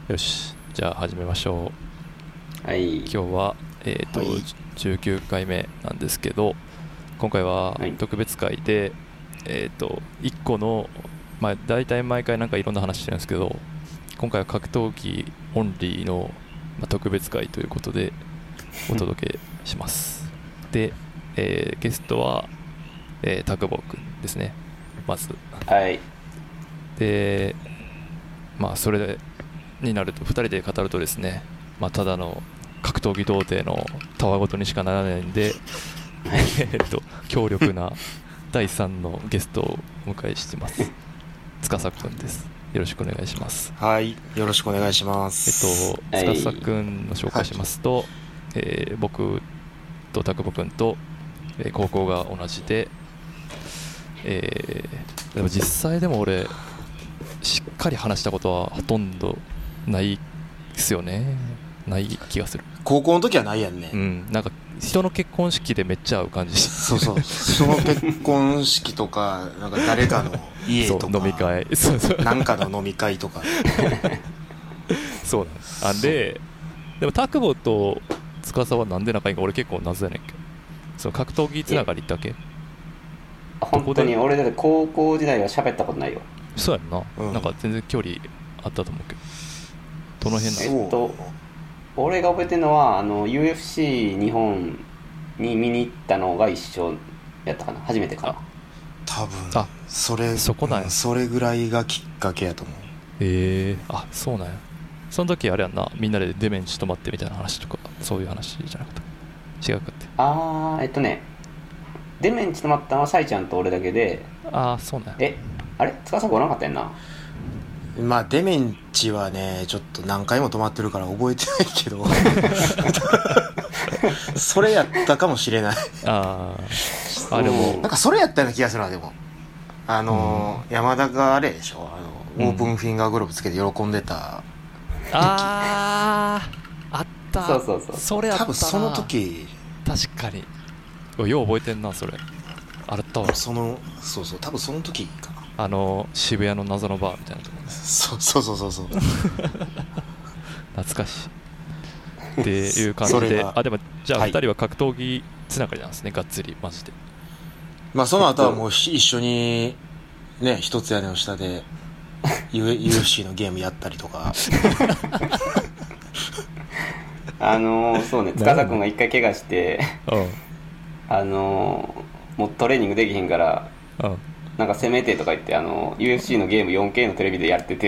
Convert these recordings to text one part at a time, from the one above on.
よし、じゃあ始めましょう。 はい。 今日は、 はい、 19回目なんですけど、今回ははい。 特別会で、1個の、大体毎回なんかいろんな話してるんですけど、今回は格闘技オンリーの、特別会ということでお届けします。で、ゲストは、タクボくんですね、まず。 はい。 で、それになると2人で語るとですね、ただの格闘技童貞のたわごとにしかならないんで強力な第3のゲストをお迎えしてます。司くんです。よろしくお願いします。 はい、よろしくお願いします。 司くんの紹介しますと、僕とタクボくんと、高校が同じで、でも実際でも俺しっかり話したことはほとんどないですよね。ない気がする。 高校の時はないやんね。 なんか人の結婚式でめっちゃ会う感じ。 そうそう。人の結婚式とか、なんか誰かの家とか、 そう飲み会、そうなんかの飲み会とか。 そうなんでもタクボと司はなんで仲いいか俺結構謎やねんけど、その格闘技つながりだけ。 本当に俺だって高校時代は喋ったことないよ。 そうやんな、 うんなんか全然距離あったと思うけど、どの辺なの？ 俺が覚えてるのはUFC 日本に見に行ったのが一緒やったかな、初めてかな。 多分あそこなんや。 それぐらいがきっかけやと思う。 あ、そうなんや。その時あれやんな、みんなでデメンチ泊まってみたいな話とか、そういう話じゃなかった？違うかって。 デメンチ泊まったのはサイちゃんと俺だけで。 そうなんや。 あれ司おらなかったやんな。 まあデメンチはね、ちょっと何回も泊まってるから覚えてないけどそれやったかもしれない。 でもなんかそれやったような気がするな。でも山田があれでしょ、オープンフィンガーグローブつけて喜んでた、 あった。 そうそれあったな。 多分その時、 確かによう覚えてんな。それあったわ。 そう多分その時かな。 渋谷の謎のバーみたいなところね。 そう懐かしいっていう感じででもじゃあ2人は格闘技つながりなんですね、がっつりマジで。 その後はもう一緒にね、一つ屋根の下でUFC のゲームやったりとかそうね、司君が一回怪我してうんもうトレーニングできへんからなんかせめてとか言ってUFC のゲーム 4K のテレビでやってて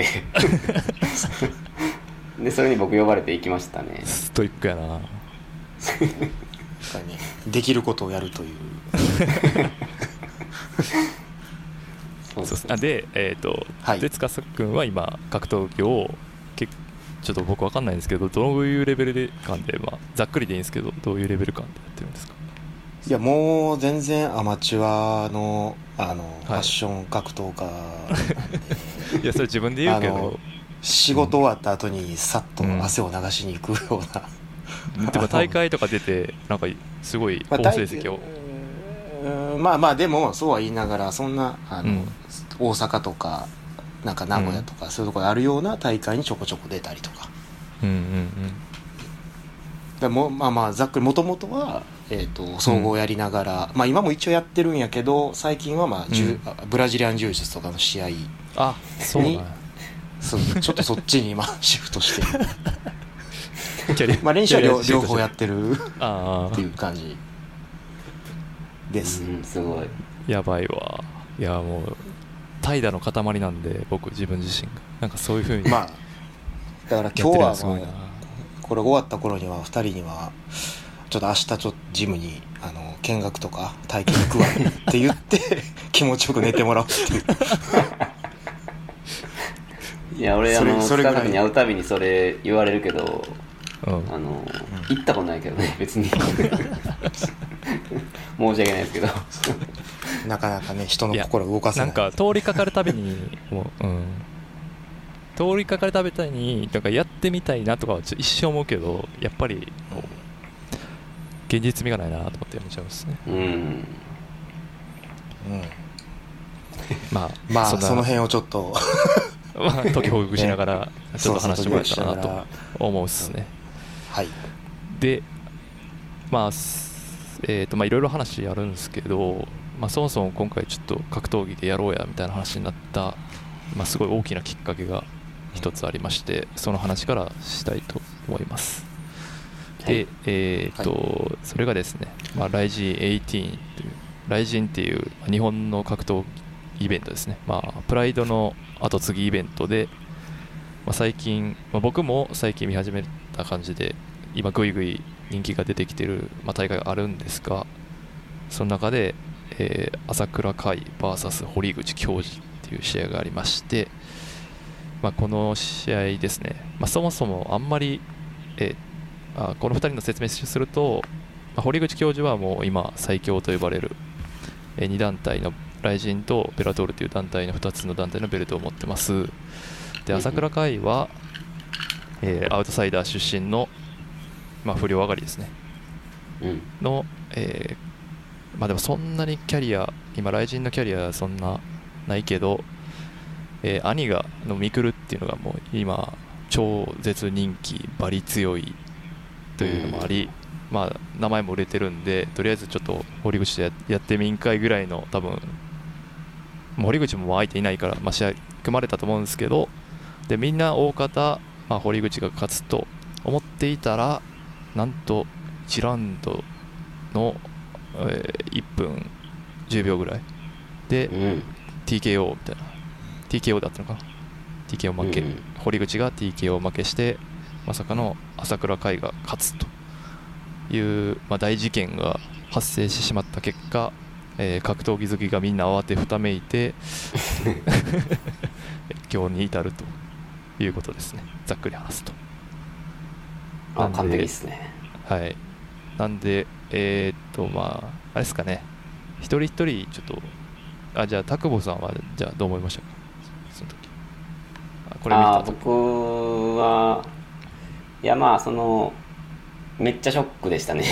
でそれに僕呼ばれて行きましたね。 ストイックやなできることをやるというそうでで司君は今格闘技をちょっと僕分かんないんですけど、どういうレベル感で、ざっくりでいいんですけど、どういうレベル感でやってるんですか？ いや、もう全然アマチュアのファッション格闘家いやそれ自分で言うけど、 仕事終わった後にさっと汗を流しに行くような、 でも大会とか出てなんかすごい好成績を、 でもそうは言いながら、そんな大阪とかなんか名古屋とか、そういうところであるような大会にちょこちょこ出たりとか、でもざっくりもともとは総合やりながら、今も一応やってるんやけど、最近はブラジリアン柔術とかの試合にそうなんや。 ちょっとそっちに今シフトして練習は両方やってるっていう感じです。 すごいやばいわ。いやもう怠惰の塊なんで、僕自分自身がなんかそういう風にだから今日はもうこれ終わった頃には2人にはちょっと明日ちょっとジムに見学とか体験行くわって言って気持ちよく寝てもらうっていういや俺司君に会うたびにそれ言われるけど、行ったことないけどね別に申し訳ないですけどなかなかね、人の心を動かせない。 なんか通りかかるたびに通りかかるたびになんかやってみたいなとかは一生思うけど、やっぱり現実味がないなと思ってやめちゃうんですね。 その辺をちょっと解きほぐしながらちょっと話してもらえたらなと思うっすね。 はい。 で、まあいろいろ話あるんですけど、そもそも今回ちょっと格闘技でやろうやみたいな話になった、すごい大きなきっかけが一つありまして、その話からしたいと思います。で、それがですね、RIZIN18 という、RIZINっていう日本の格闘イベントですね。プライドの後継ぎイベントで、最近、僕も最近見始めた感じで、今ぐいぐい人気が出てきている、大会があるんですが、その中で、朝倉海 VS 堀口恭司っていう試合がありまして、この試合ですね、そもそもあんまり、この2人の説明すると、堀口教授はもう今最強と呼ばれる、2団体のRIZINとベラトールという団体の2つの団体のベルトを持ってます。で、朝倉海は、アウトサイダー出身の、不良上がりですね、の、でもそんなにキャリア、今RIZINのキャリアはそんなないけど、兄がのミクルっていうのがもう今超絶人気、バリ強いというのもあり、名前も売れてるんで、とりあえずちょっと堀口でやってみんかいぐらいの、多分堀口も相手いないから、試合組まれたと思うんですけど、でみんな大方、堀口が勝つと思っていたら、なんと1ラウンドの、1分10秒ぐらいで、TKO みたいな、TKO だったのかな、 TKO 負け、堀口が TKO 負けして、まさかの朝倉海が勝つという、大事件が発生してしまった結果、格闘技好きがみんな慌てふためいて今日に至るということですね、ざっくり話すと。 完璧ですね。 はい。なんであれですかね、一人一人ちょっと、じゃあ田久保さんはじゃあどう思いましたか、その時。これ見た時。 僕はいやめっちゃショックでしたね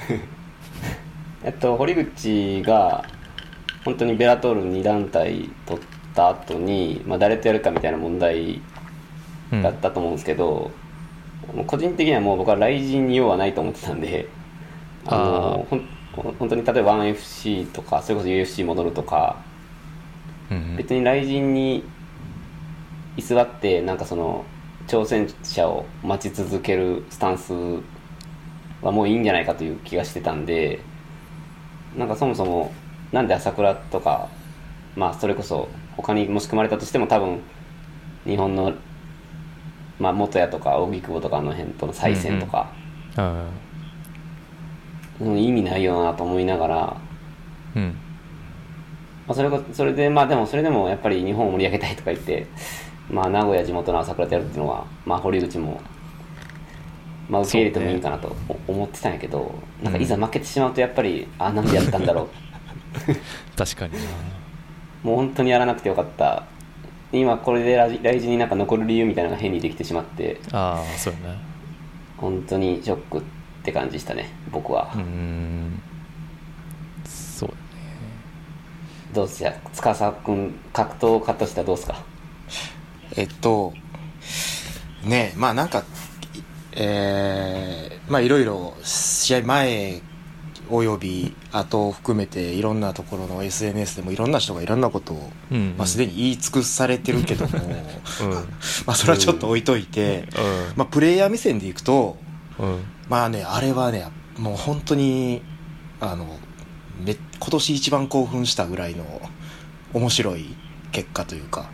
堀口が本当にベラトール2団体取った後に、誰とやるかみたいな問題だったと思うんですけど、もう個人的にはもう僕はRIZINに用はないと思ってたんで、本当に例えば 1FC とかそれこそ UFC 戻るとか、別にRIZINに居座って挑戦者を待ち続けるスタンスはもういいんじゃないかという気がしてたんで、そもそもなんで朝倉とか、それこそ他にもし組まれたとしても多分日本の、元谷とか荻窪とかの辺との再戦とか、意味ないよなと思いながら、それででもそれでもやっぱり日本を盛り上げたいとか言って、名古屋地元の朝倉とやるっていうのは、堀口も受け入れてもいいかなと思ってたんやけど、いざ負けてしまうとやっぱりなんでやったんだろう確かにな、 もう本当にやらなくてよかった、今これでRIZINに残る理由みたいなのが変にできてしまって、 そうね、 本当にショックって感じでしたね、僕は。 そうね。 どうですか司君、格闘家としてはどうですか。 ねいろいろ試合前および後含めていろんなところの SNS でもいろんな人がいろんなことを、すでに言い尽くされてるけどもそれはちょっと置いといて、プレイヤー目線でいくと、あれはねもう本当に今年一番興奮したぐらいの面白い結果というか、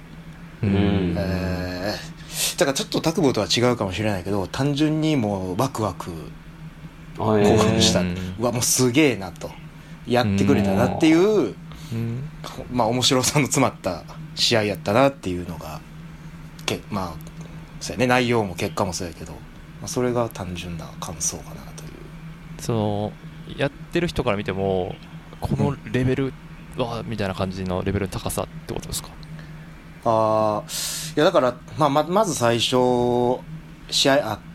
だからちょっと田久保とは違うかもしれないけど、単純にもうワクワク興奮した、もうすげえなと、やってくれたなっていう、面白さの詰まった試合やったなっていうのがそうやね、内容も結果もそうやけど、それが単純な感想かなという。 やってる人から見てもこのレベルは、みたいな感じのレベルの高さってことですか。 いやだから、まず最初試合あって、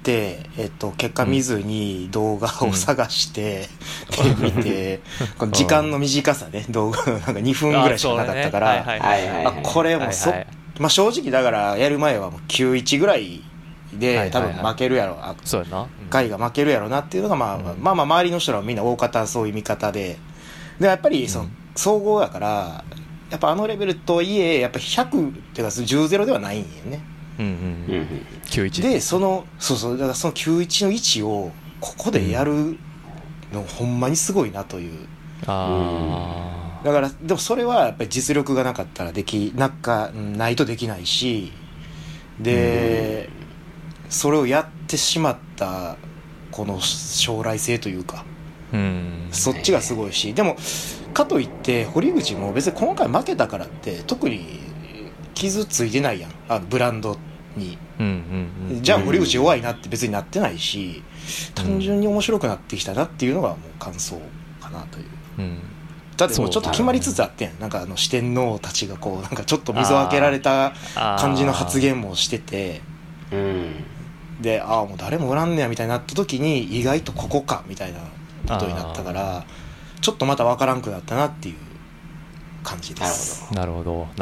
結果見ずに動画を探して、で見てこの時間の短さね、動画なんか2分ぐらいしかなかったから、これもまあ、正直だからやる前はもう9-1ぐらいで多分負けるやろ、 そうやな、 ガイが負けるやろなっていうのが、まあまあ周りの人らはみんな大方そういう見方でやっぱりその総合やからやっぱあのレベルとはいえやっぱ100っていうか10-0ではないんよね。 9-1 でそうだからその9-1の位置をここでやるのほんまにすごいなという、だからでもそれはやっぱり実力がなかったらないとできないし、で、それをやってしまったこの将来性というか、そっちがすごいし、でもかといって堀口も別に今回負けたからって特に傷ついてないやん、ブランドに、じゃあ堀口弱いなって別になってないし、単純に面白くなってきたなっていうのがもう感想かなという、だってもうちょっと決まりつつあってん、なんか四天王たちがこうなんかちょっと溝開けられた感じの発言もしてて、でもう誰もおらんねやみたいになった時に意外とここかみたいなことになったから、ちょっとまた分からんくなったなっていう感じです。 なるほど。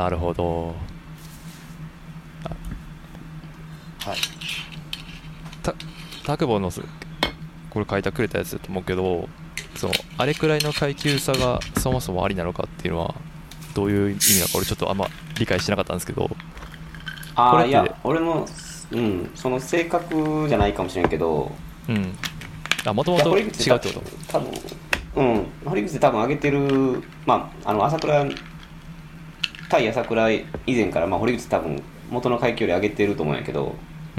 はい。 タクボのこれ書いてくれたやつだと思うけど、あれくらいの階級差がそもそもありなのかっていうのはどういう意味なのか俺ちょっとあんま理解してなかったんですけど。 いや俺もその性格じゃないかもしれんけど、 もともと違うってこと？ 多分堀口で多分上げてる、朝倉対朝倉以前から、堀口多分元の階級より上げてると思うんやけど、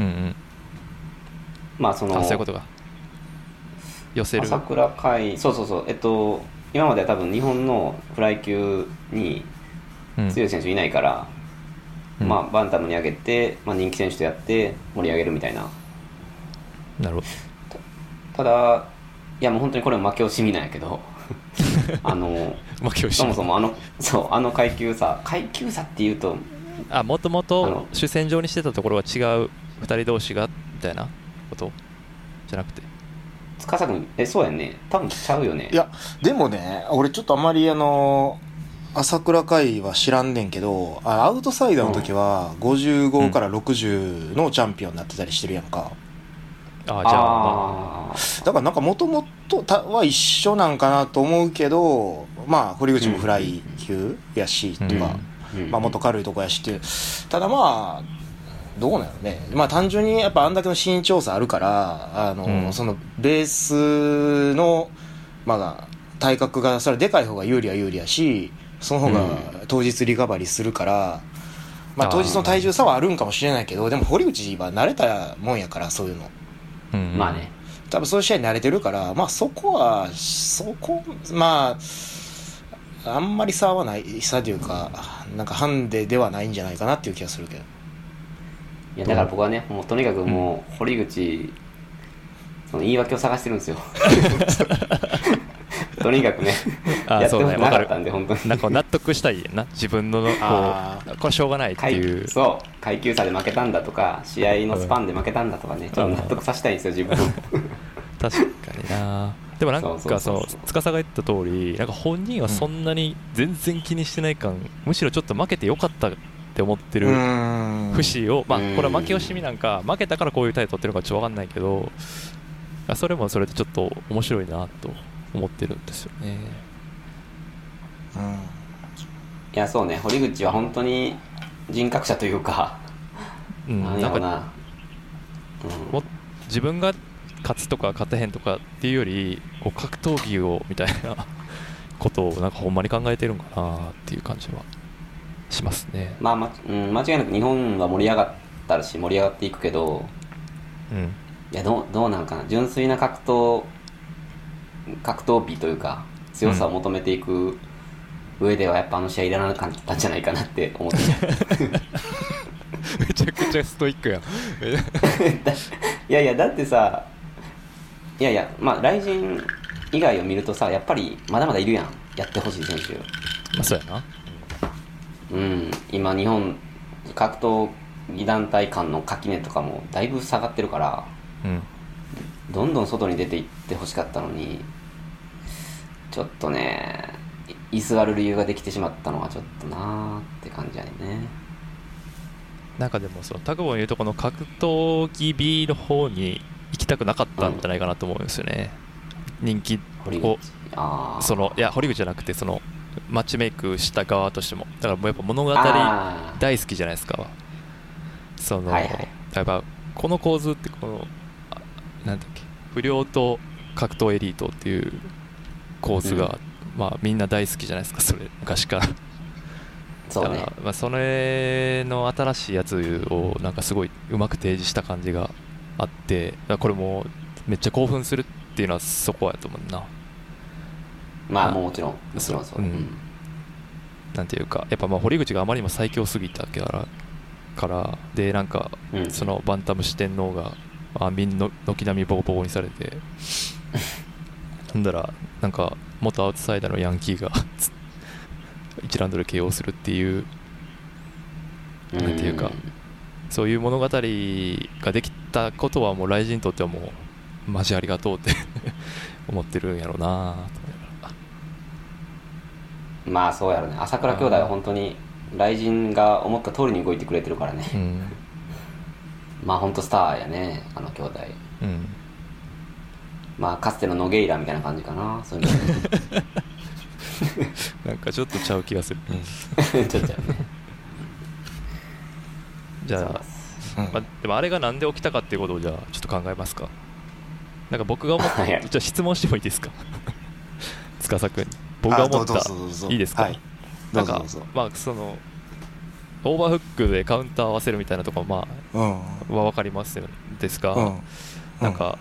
そういうことか。寄せる朝倉海、今までは多分日本のフライ級に強い選手いないから、バンタムに上げて、人気選手とやって盛り上げるみたいな。 なるほど。 ただいやもう本当にこれも負け惜しみなんやけど負け惜しみ、 そもそもあの階級差っていうともともと主戦場にしてたところは違う2人同士がみたいなことじゃなくて、 司君そうやんね、多分ちゃうよね。 いやでもね、俺ちょっとあんまり朝倉海は知らんねんけど、アウトサイダーの時は55から60のチャンピオンになってたりしてるやんか。 じゃあだからなんかもともとは一緒なんかなと思うけど、堀口もフライ級やしとか、もっと軽いとこやしっていう、ただどうなのね、単純にやっぱあんだけの身長差あるから、そのベースの体格がそれでかい方が有利は有利やし、その方が当日リカバリーするから、当日の体重差はあるんかもしれないけど、でも堀口は慣れたもんやからそういうの、多分そういう試合に慣れてるから、そこあんまり差はない差というか、なんかハンデではないんじゃないかなっていう気がするけど。 いやだから僕はね、もうとにかくもう堀口その言い訳を探してるんですよとにかくねやってほしくなかったんで、本当になんか納得したいな、自分のこれしょうがないっていう、 階級差で負けたんだとか試合のスパンで負けたんだとかね、ちょっと納得させたいんですよ自分確かにな。でもなんか司が言った通り、なんか本人はそんなに全然気にしてない感、むしろちょっと負けてよかったって思ってる節を、これは負け惜しみなんか、負けたからこういう態度取ってるのかちょっと分かんないけど、それもそれでちょっと面白いなと思ってるんですよね。 いやそうね、堀口は本当に人格者というか、なんやろな、 自分が勝つとか勝てへんとかっていうよりこう格闘技をみたいなことをなんかほんまに考えてるんかなっていう感じはしますね。 間違いなく日本は盛り上がったし盛り上がっていくけど、いやどうなんかな、純粋な格闘美というか強さを求めていく上ではやっぱあの試合いらなかったんじゃないかなって思ってめちゃくちゃストイックやんいやだってさ、雷神以外を見るとさ、やっぱりまだまだいるやん、やってほしい選手。 そうやな。 今日本格闘技団体間の垣根とかもだいぶ下がってるから、どんどん外に出ていってほしかったのに、ちょっとね居座る理由ができてしまったのはちょっとなーって感じやね。 なんかでもそのタクボの言うとこの格闘技 B の方に行きたくなかったんじゃないかなと思うんですよね、人気を。そのいや堀口じゃなくてそのマッチメイクした側としてもだからもうやっぱ物語大好きじゃないですか。その、はいはい、やっぱこの構図ってこのなんだっけ不良と格闘エリートっていう構図が、まあみんな大好きじゃないですか、それ昔から。 そうね、 だからまあそれの新しいやつをなんかすごいうまく提示した感じがあって、だからこれもめっちゃ興奮するっていうのはそこやと思うな。 まあもちろんそう、 なんていうかやっぱまあ堀口があまりにも最強すぎたからでなんかそのバンタム四天王が軒並みボコボコにされてほんだらなんか元アウトサイダーのヤンキーが1ラウンドで KO するっていうなんていうかそういう物語ができたことはもうライジンにとってはもうマジありがとうって思ってるんやろうなと思いながら。 まあそうやろね。朝倉兄弟は本当にライジンが思った通りに動いてくれてるからね、まあ本当スターやねあの兄弟、まあかつてのノゲイラみたいな感じかな、そういうのなんかちょっとちゃう気がする、 ちょっとやね。 じゃあ、まあ、でもあれがなんで起きたかっていうことをじゃあちょっと考えますか。なんか僕が思ったじゃあ質問してもいいですか司君に僕が思ったいいですか、はい、なんかまあそのオーバーフックでカウンター合わせるみたいなとこまあ、は分かりますですが、なんか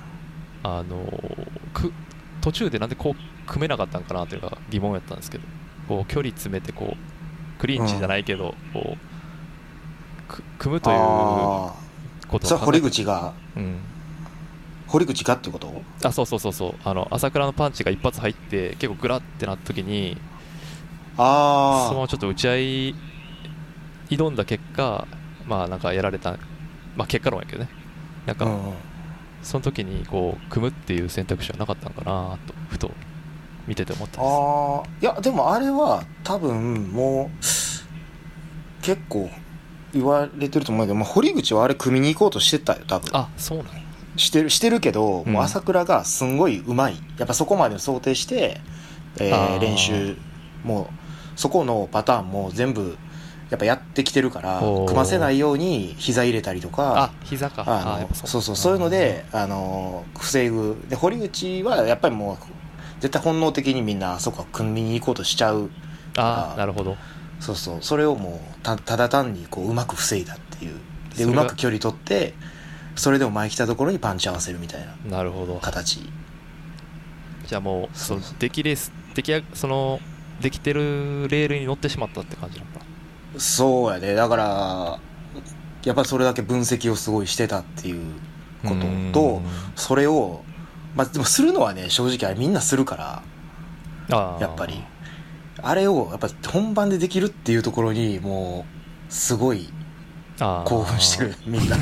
途中でなんでこう組めなかったんかなというか疑問やったんですけど、こう距離詰めてこうクリンチじゃないけど、こう組むということをそれは堀口が、堀口がってこと？ あ、そう朝倉のパンチが一発入って結構グラってなった時にそのままちょっと打ち合い挑んだ結果まあなんかやられた、まあ結果論やけどね、なんか、その時にこう組むっていう選択肢はなかったのかなとふと見てて思ったんです。 いやでもあれは多分もう結構言われてると思うけど、まあ、堀口はあれ組みに行こうとしてたよ多分。 あ、そうなの。 してるけど、もう朝倉がすんごいうまい、やっぱそこまで想定して、練習もそこのパターンも全部やっぱやってきてるから組ませないように膝入れたりとか、 膝か、 そういうので防ぐ。で堀口はやっぱりもう絶対本能的にみんなあそこは組みに行こうとしちゃう。 なるほど。 それをもうただ単にこううまく防いだっていうで、うまく距離取ってそれでも前来たところにパンチ合わせるみたいな形。 じゃあもうそのできてるレールに乗ってしまったって感じなのかな。 そうやね。だからやっぱりそれだけ分析をすごいしてたっていうことと、それをまあでもするのはね、正直あれみんなするから、やっぱりあれをやっぱ本番でできるっていうところにもうすごい興奮してるみんな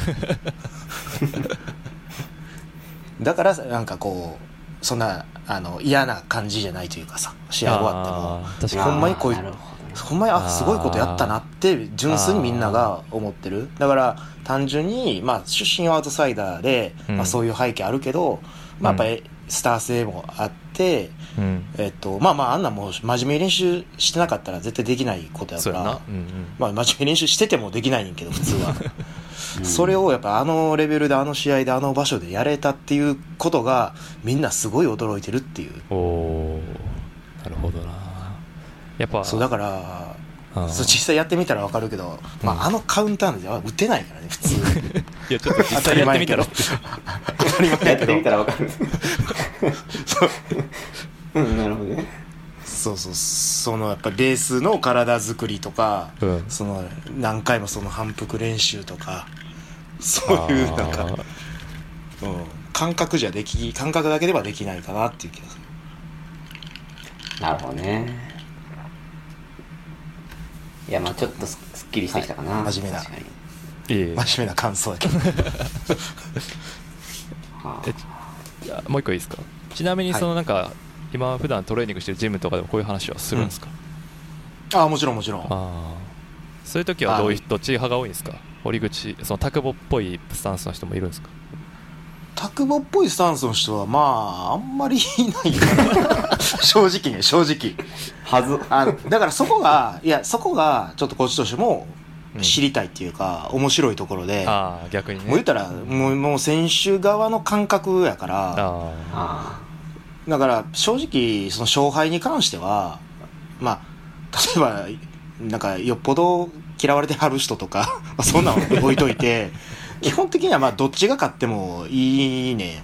だからなんかこうそんな嫌な感じじゃないというかさ、試合終わってもほんまにほんまにすごいことやったなって純粋にみんなが思ってる。だから単純にまあ出身はアウトサイダーで、まあ、そういう背景あるけど、まあ、やっぱりスター性もあって、まああんなもう真面目に練習してなかったら絶対できないことやから、まあ真面目に練習しててもできないんけど普通はそれをやっぱレベルで試合で場所でやれたっていうことがみんなすごい驚いてるっていう。 なるほどな。やっぱそうだから実際やってみたら分かるけど、まあ、カウンターでは打てないからね普通いやちょっと実際やってみたら当たり前やってみたら分かるなるほどね。そのやっぱベースの体作りとか、その何回もその反復練習とかそういうなんか、感覚だけではできないかなっていう気がする。なるほどね。いやまあちょっとすっきりしてきたかな、 真面目な感想やけどもう一個いいですか。ちなみにそのなんか、今普段トレーニングしてるジムとかでもこういう話はするんですか？ もちろんそういう時はどっち派が多いんですか？ 堀口、その田久保っぽいスタンスの人もいるんですか？ 田久保っぽいスタンスの人はまああんまりいないかな正直ね、正直だからそこがちょっとこっちとしても知りたいっていうか、面白いところで、 逆にね、 もう言ったらもう選手側の感覚やから、だから正直その勝敗に関しては、まあ例えばなんかよっぽど嫌われてはる人とかそんなの置いといて基本的にはまあどっちが勝ってもいいね。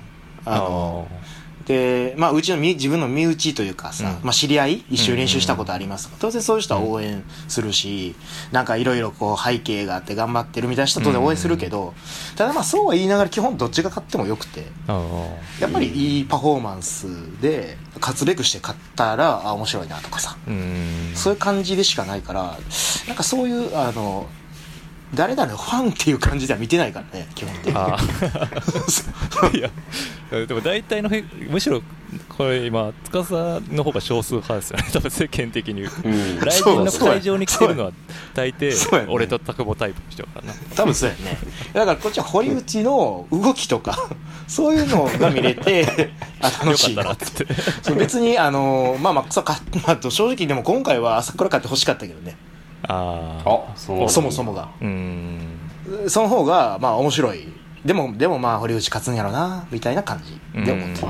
で、まあ自分の身内というかさ、まあ知り合い一緒に練習したことありますとか、当然そういう人は応援するし、なんかいろいろこう背景があって頑張ってるみたいな人は当然応援するけど、ただまあそうは言いながら基本どっちが勝ってもよくて、やっぱりいいパフォーマンスで勝つべくして勝ったら面白いなとかさ、そういう感じでしかないから、なんかそういう誰々のファンっていう感じでは見てないからね、基本的に。 いやでも大体のむしろこれ今司の方が少数派ですよね、多分世間的に言うと。来人の会場に来てるのは大抵俺と田久保タイプの人からな。 多分そうやね。だからこっちは堀内の動きとかそういうのが見れて楽しいなってそう別にまあ正直でも今回は朝倉勝って欲しかったけどね。そもそもがその方がまあ面白い。でもまあ堀内勝つんやろなみたいな感じで思って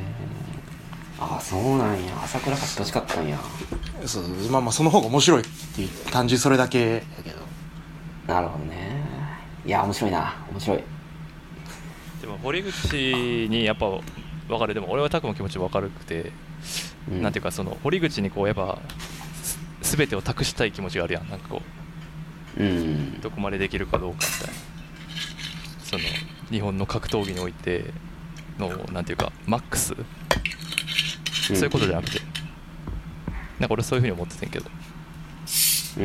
そうなんや。朝倉勝ってほしかったんや。 そう、まあその方が面白いっていう単純それだけやけど。 なるほどね。いや面白いな、面白い。 でも堀口にやっぱ分かる。でも俺はタクも気持ち分かるくて、なんていうかその堀口にこうやっぱ全てを託したい気持ちがあるやん。なんかこう、どこまでできるかどうかみたいな。その日本の格闘技においてのなんていうかマックス、そういうことじゃなくて、なんか俺そういうふうに思っててんけど、そう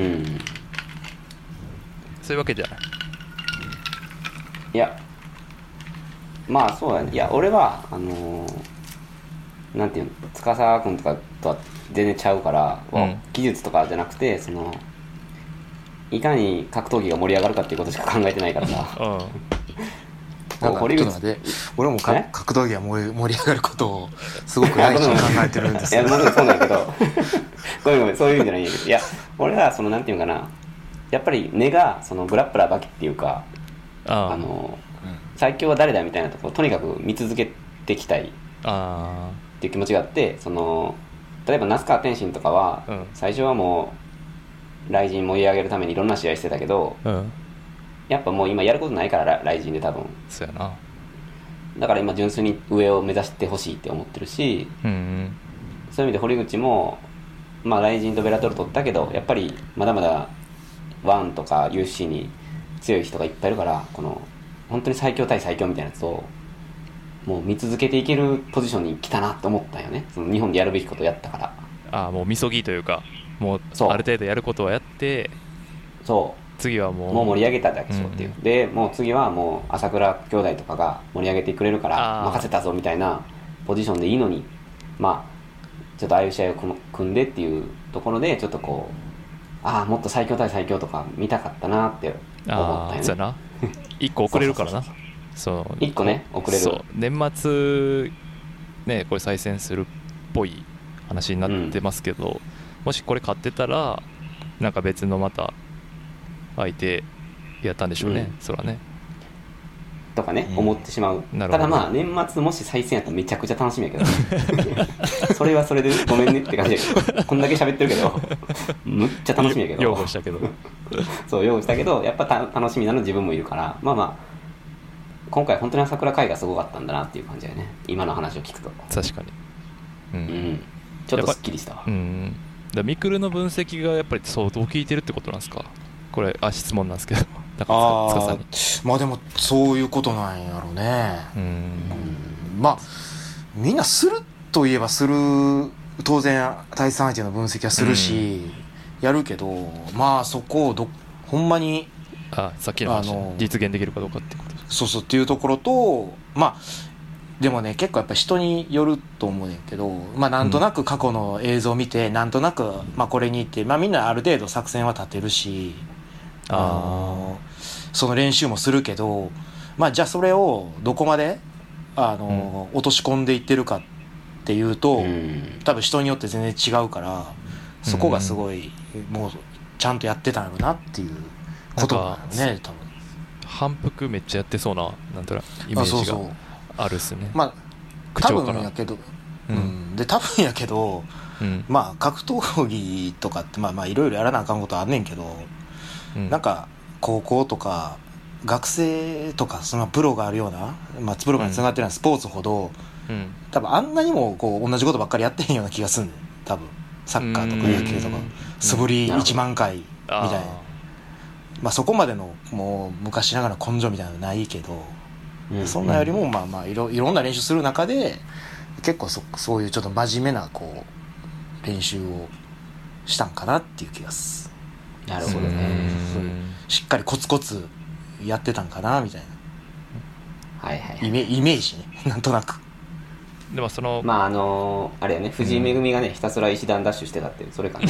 いうわけじゃない。 いやまあそうやね。いや俺はなんていうの、司君とかとは全然ちゃうから、技術とかじゃなくて、そのいかに格闘技が盛り上がるかっていうことしか考えてないからさ。 なんかちょっと待って、俺も格闘技は盛り上がることをすごく大事に考えてるんですよ。 いやもちろんそうなんやけどごめんそういうんじゃないんやけど、いや俺はそのなんていうかな、やっぱり根がそのグラップラーばきっていうか、最強は誰だみたいなところをとにかく見続けていきたいっていう気持ちがあって、その例えば那須川天心とかは、最初はもうライジン盛り上げるためにいろんな試合してたけど、やっぱもう今やることないからライジンで多分そうやな。 だから今純粋に上を目指してほしいって思ってるし、そういう意味で堀口もまあライジンとベラトル取ったけど、やっぱりまだまだワンとか UFC に強い人がいっぱいいるから、この本当に最強対最強みたいなやつをもう見続けていけるポジションに来たなと思ったよね。その日本でやるべきことをやったから。 もうみそぎというか、もうある程度やることはやって、 そう次はもう盛り上げただけしょっていう、でもう次はもう朝倉兄弟とかが盛り上げてくれるから任せたぞみたいなポジションでいいのに、まあちょっとああいう試合を組んでっていうところで、ちょっとこうもっと最強対最強とか見たかったなって思ったよね。 そうやな。1個遅れるからな。 そう1個ね遅れる。 そう年末ね、これ再戦するっぽい話になってますけど、もしこれ勝ってたらなんか別のまた相手やったんでしょうね、そらねとかね、思ってしまう。ただまあ年末もし再戦やったらめちゃくちゃ楽しみやけどそれはそれでごめんねって感じやけどこんだけ喋ってるけどむっちゃ楽しみやけど擁護したけどそう擁護したけど、やっぱ楽しみなの自分もいるから、まあ今回本当に朝倉海がすごかったんだなっていう感じだよね、今の話を聞くと。 確かに、 ちょっとすっきりしたわ。 だミクルの分析がやっぱり相当効いてるってことなんですか。これ質問なんですけどまあでもそういうことなんやろうね。まあみんなするといえばする、当然対戦相手の分析はするし、やるけど、まあそこをほんまにさっきの話実現できるかどうかってこと。 そうっていうところと、まあでもね結構やっぱ人によると思うねんけど、まあなんとなく過去の映像を見て、なんとなくまあこれにって、まあみんなある程度作戦は立てるし、 その練習もするけど、まあじゃあそれをどこまで落とし込んでいってるかっていうと、多分人によって全然違うから、そこがすごいもうちゃんとやってたんやろなっていうことだよね、多分。 反復めっちゃやってそうな、なんとなイメージがあるっすね。 まあ多分やけど、で多分やけど、まあ格闘技とかってまあいろいろやらなあかんことあんねんけど、なんか高校とか学生とかそのプロがあるような、まあ、プロがつながってるようなスポーツほど、多分あんなにもこう同じことばっかりやってへんような気がするんだよ多分。サッカーとか野球とか素振り1万回みたいな、まあ、そこまでのもう昔ながらの根性みたいなのはないけど、そんなよりもまあいろんな練習する中で結構そういうちょっと真面目なこう練習をしたんかなっていう気がする。 なるほどね。 しっかりコツコツやってたんかなみたいな、 はいはい、 イメージねなんとなく。 でもそのまああれやね、藤井恵がね、ひたすら石段ダッシュしてたっていう、それかね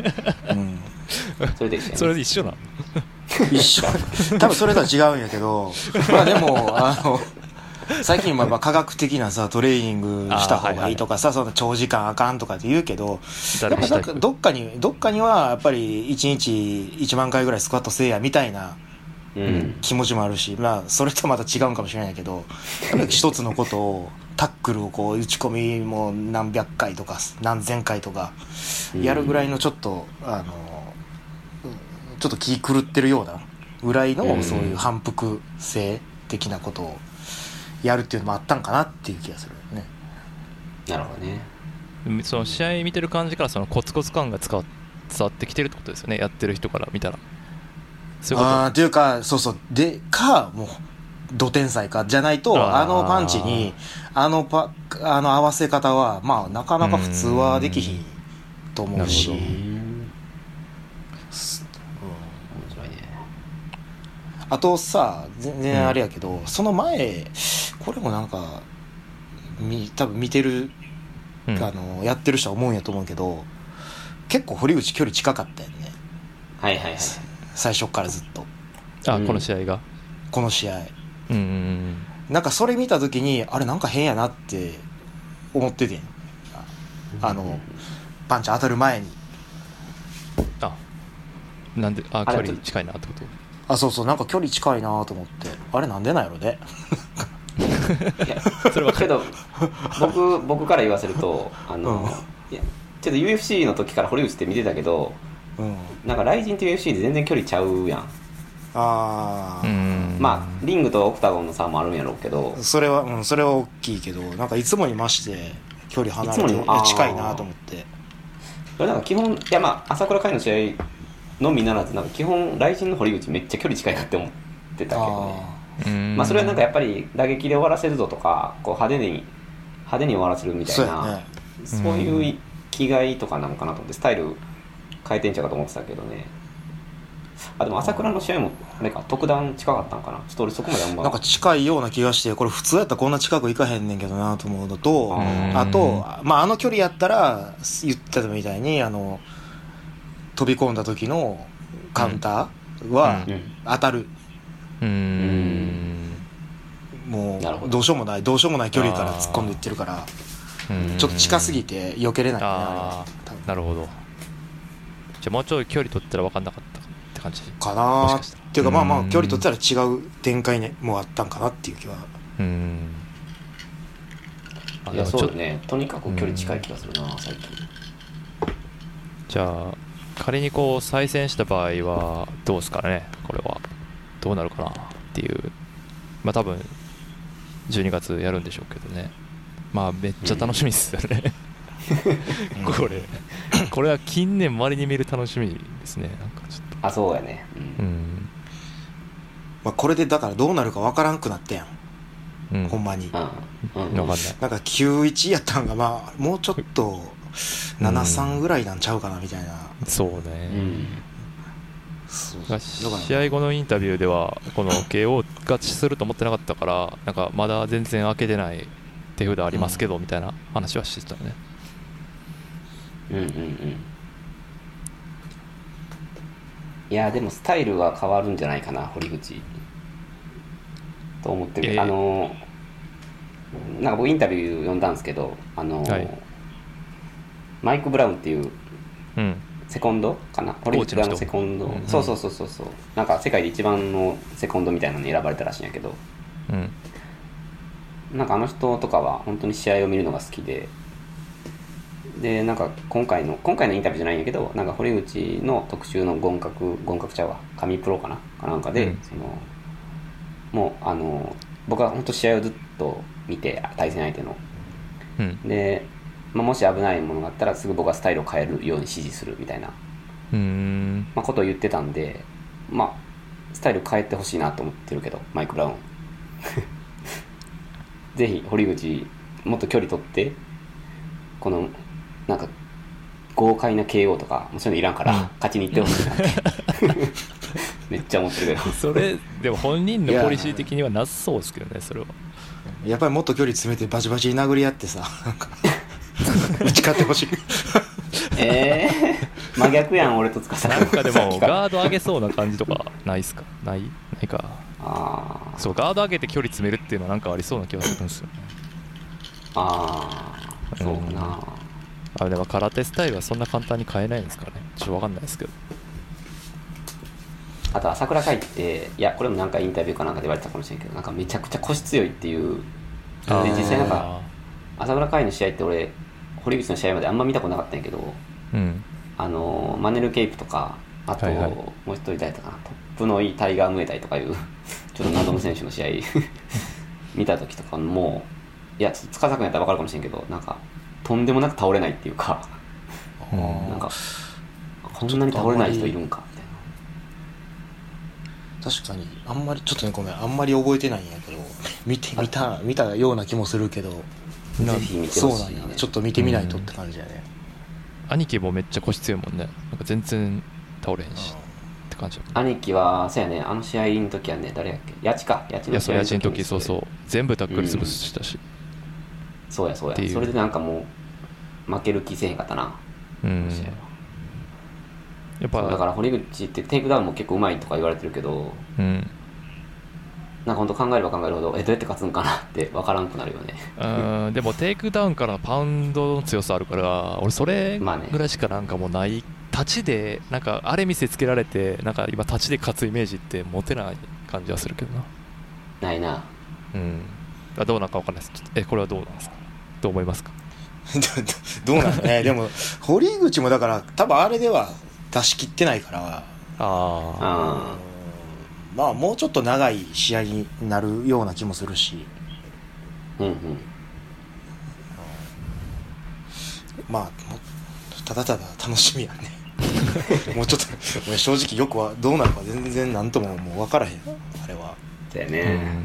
それで一緒やね。 それで一緒なの一緒多分それとは違うんやけど、まあでも最近まあ科学的なさトレーニングした方がいいとかさ、その長時間あかんとかって言うけど、やっぱなんかどっかにはやっぱり1日1万回ぐらいスクワットせえやみたいな気持ちもあるし、まあそれとまた違うんかもしれないけど、一つのことをタックルをこう打ち込みも何百回とか何千回とかやるぐらいのちょっとちょっと気狂ってるようなぐらいのそういう反復性的なことをやるっていうのもあったんかなっていう気がするね。 なるほどね。 その試合見てる感じからそのコツコツ感が伝わってきてるってことですよね、やってる人から見たら。そういうことっていうかそうでかもうド天才かじゃないとパンチに合わせ方はまあなかなか普通はできひんと思うし、面白いね。 あとさ全然あれやけど、その前これもなんか多分見てる、やってる人は思うんやと思うけど、結構堀口距離近かったよね。 はいはいはい。 最初からずっとこの試合がこの試合、なんかそれ見た時にあれなんか変やなって思っててん、パンチ当たる前になんで距離近いなってこと。 そうなんか距離近いなと思って、あれなんでなんやろねいやそれはけど僕から言わせるといやちょっと UFC の時から堀口って見てたけど、なんかライジンと UFC で全然距離ちゃうやん。まあリングとオクタゴンの差もあるんやろうけど、 それは大きいけど、なんかいつもに増して距離離れて近いなと思って。 それなんか基本まあ朝倉海の試合のみならず、なんか基本ライジンの堀口めっちゃ距離近いなって思ってたけどね。まあそれはなんかやっぱり打撃で終わらせるぞとか、こう派手に終わらせるみたいな、そういう気概とかなのかなと思って、スタイル変えてんちゃうかと思ってたけどね。でも朝倉の試合もあれか特段近かったんかな。ちょっと俺そこまでなんか近いような気がして、これ普通やったらこんな近く行かへんねんけどなと思うのと、あとまあ距離やったら言ってたみたいに飛び込んだ時のカウンターは当たる、もうどうしようもない距離から突っ込んでいってるから、ちょっと近すぎて避けれないね。 なるほど。じゃあもうちょい距離取ったら分かんなかったって感じかなっていうか、まあ距離取ったら違う展開もあったんかなっていう気は。 いやそうだね、とにかく距離近い気がするな最近。 じゃあ仮にこう再戦した場合はどうですかね、これはどうなるかなっていう。まあ多分12月やるんでしょうけどね。まあめっちゃ楽しみですよねこれは近年まれに見る楽しみですね。なんかちょっとそうやね。 まあこれでだからどうなるかわからんくなったやん、ほんまに。 分かんない。 なんか 9-1 やったんがまあもうちょっと 7-3 ぐらいなんちゃうかなみたいな。 そうね。試合後のインタビューではこの KO 勝ちすると思ってなかったから、なんかまだ全然開けてない手札ありますけどみたいな話はしてたね。いいやでもスタイルは変わるんじゃないかな堀口と思ってる、なんか僕インタビュー読んだんですけどはい、マイク・ブラウンっていう、セコンドかな、堀口側のセコンド、そうなんか世界で一番のセコンドみたいなのに選ばれたらしいんやけど、なんかあの人とかは本当に試合を見るのが好きで、なんか今回のインタビューじゃないんやけど、なんか堀口の特集の言覚ちゃうわ、神プロかなんかで、もう僕は本当試合をずっと見て、対戦相手の、で、もし危ないものがあったらすぐ僕はスタイルを変えるように指示するみたいなことを言ってたんで、スタイル変えてほしいなと思ってるけど、マイク・ブラウンぜひ堀口もっと距離取ってこのなんか豪快な KO とかそういうのいらんから、勝ちにいってほしいなってめっちゃ思ってるけどそれでも本人のポリシー的にはなさそうですけどね。それはやっぱりもっと距離詰めてバチバチに殴り合ってさ、なんか打ち勝ってほしい真逆やん俺と塚さん。 なんかでもガード上げそうな感じとかないっすか？ないか。そうガード上げて距離詰めるっていうのはなんかありそうな気がするんですよね。 そうかな。 でも空手スタイルはそんな簡単に変えないんですかね。ちょっと分かんないですけど。 あと朝倉海って、いやこれもなんかインタビューかなんかで言われてたかもしれんけど、なんかめちゃくちゃ腰強いっていう。で実際なんか朝倉海の試合って俺堀口の試合まであんま見たことなかったんやけど、マネル・ケイプとか、あと、もう一人誰だったかな、トップのいいタイガー・ムエタイとかいうちょっと謎の選手の試合見た時とかも、いやちょっと塚田君やったら分かるかもしれんけど、なんかとんでもなく倒れないっていうかなんかこんなに倒れない人いるんかみたいな。確かにあんまりちょっとね、ごめん、あんまり覚えてないんやけど、見たような気もするけど、 ぜひ見てほしい、ね、 そうなんや、ちょっと見てみないとって感じやね。 兄貴もめっちゃ腰強いもんね。なんか全然倒れへんしって感じ。 兄貴はそうやね、あの試合の時はね、誰やっけ、八千の試合の時そう全部タックル潰したし、 そうやそれでなんかもう負ける気せへんかったな、試合は。やっぱだから堀口ってテイクダウンも結構うまいとか言われてるけど、なんか本当考えれば考えるほどどうやって勝つんかなって分からんくなるよね。 でもテイクダウンからのパウンドの強さあるから、俺それぐらいしかなんかもうない、立ちでなんかあれ見せつけられて、なんか今立ちで勝つイメージって持てない感じはするけどな。 ないな。 どうなんか分かんないです。これはどうなんですか？どう思いますか？ どうなんだね。でも堀口もだから多分あれでは出し切ってないから、もうちょっと長い試合になるような気もするし、ただただ楽しみやねもうちょっと正直よくはどうなるか全然なんとももう分からへん、あれは。 だよね。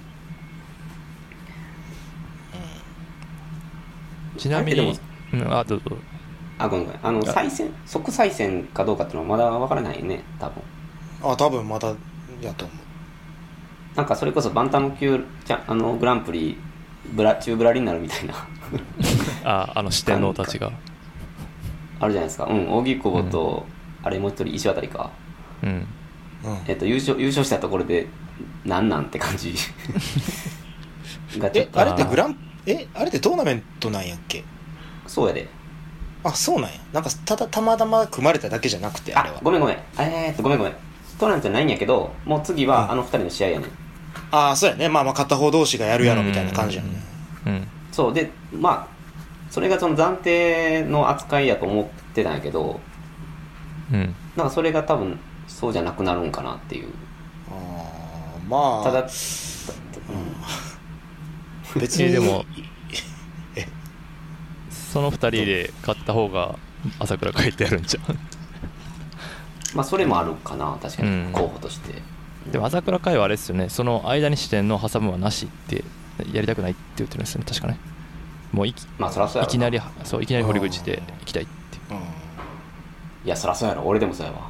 ちなみにどうぞ。 ごめん再戦、即再戦かどうかっていうのはまだ分からないよね、多分。 多分まだやと思う。 なんかそれこそバンタム級グランプリ中ブラリになるみたいな四天王たちがあるじゃないですか。扇久保と、あれもう一人石渡か、優勝したところでなんて感じがちょっと。 あれってあれってトーナメントなんやっけ？ そうやで。 そうなんや。なんかたまたま組まれただけじゃなくて、あれは。 ごめんごめん。トーナメントじゃないんやけど、もう次はあの二人の試合やねん。 そうやね。片方同士がやるやろみたいな感じやね。 そうで、それがその暫定の扱いやと思ってたんやけど、なんかそれが多分そうじゃなくなるんかなっていう。ただ、 別にでもその2人で勝った方が朝倉海ってやるんちゃうそれもあるかな、確かに候補として。 でも朝倉海はあれですよね、その間に視点の挟むはなしってやりたくないって言ってるんですよね、確かね。もういきなり堀口で行きたいって。 いやそらそうやろ、俺でもそうやわ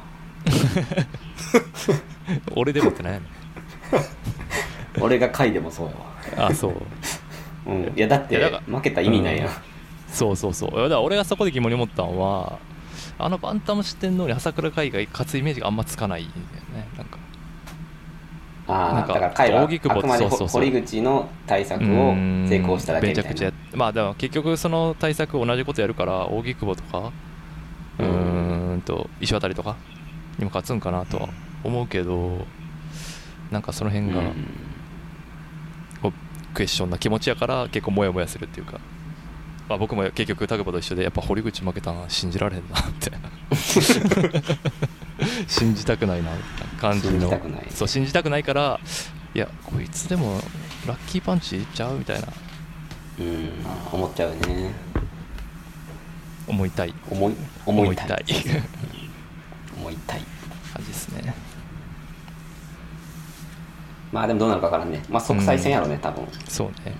俺でもって何やねん俺が回でもそうやわ。 そう、 いやだって負けた意味ないやん。 そうだから俺がそこで疑問に思ったのは、 バンタム四天王に朝倉海が勝つイメージがあんまつかないんだよね。なんかだから海はあ荻窪くまでそう堀口の対策を成功しただけみたいな。 めちゃくちゃまあでも結局その対策同じことやるから荻窪とか石渡とかにも勝つんかなとは思うけど、なんかその辺がクエスチョンな気持ちやから結構モヤモヤするっていうか、まあ、僕も結局タグボと一緒でやっぱ堀口負けたのは信じられへんなみたいな信じたくないなみたいな感じのそう信じたくないから、いやこいつでもラッキーパンチいっちゃうみたいな思っちゃうね。 思いたい思いたい思いたい感じですね。 まあでもどうなるかわからんね。まあ即再戦やろね、多分。 そうね。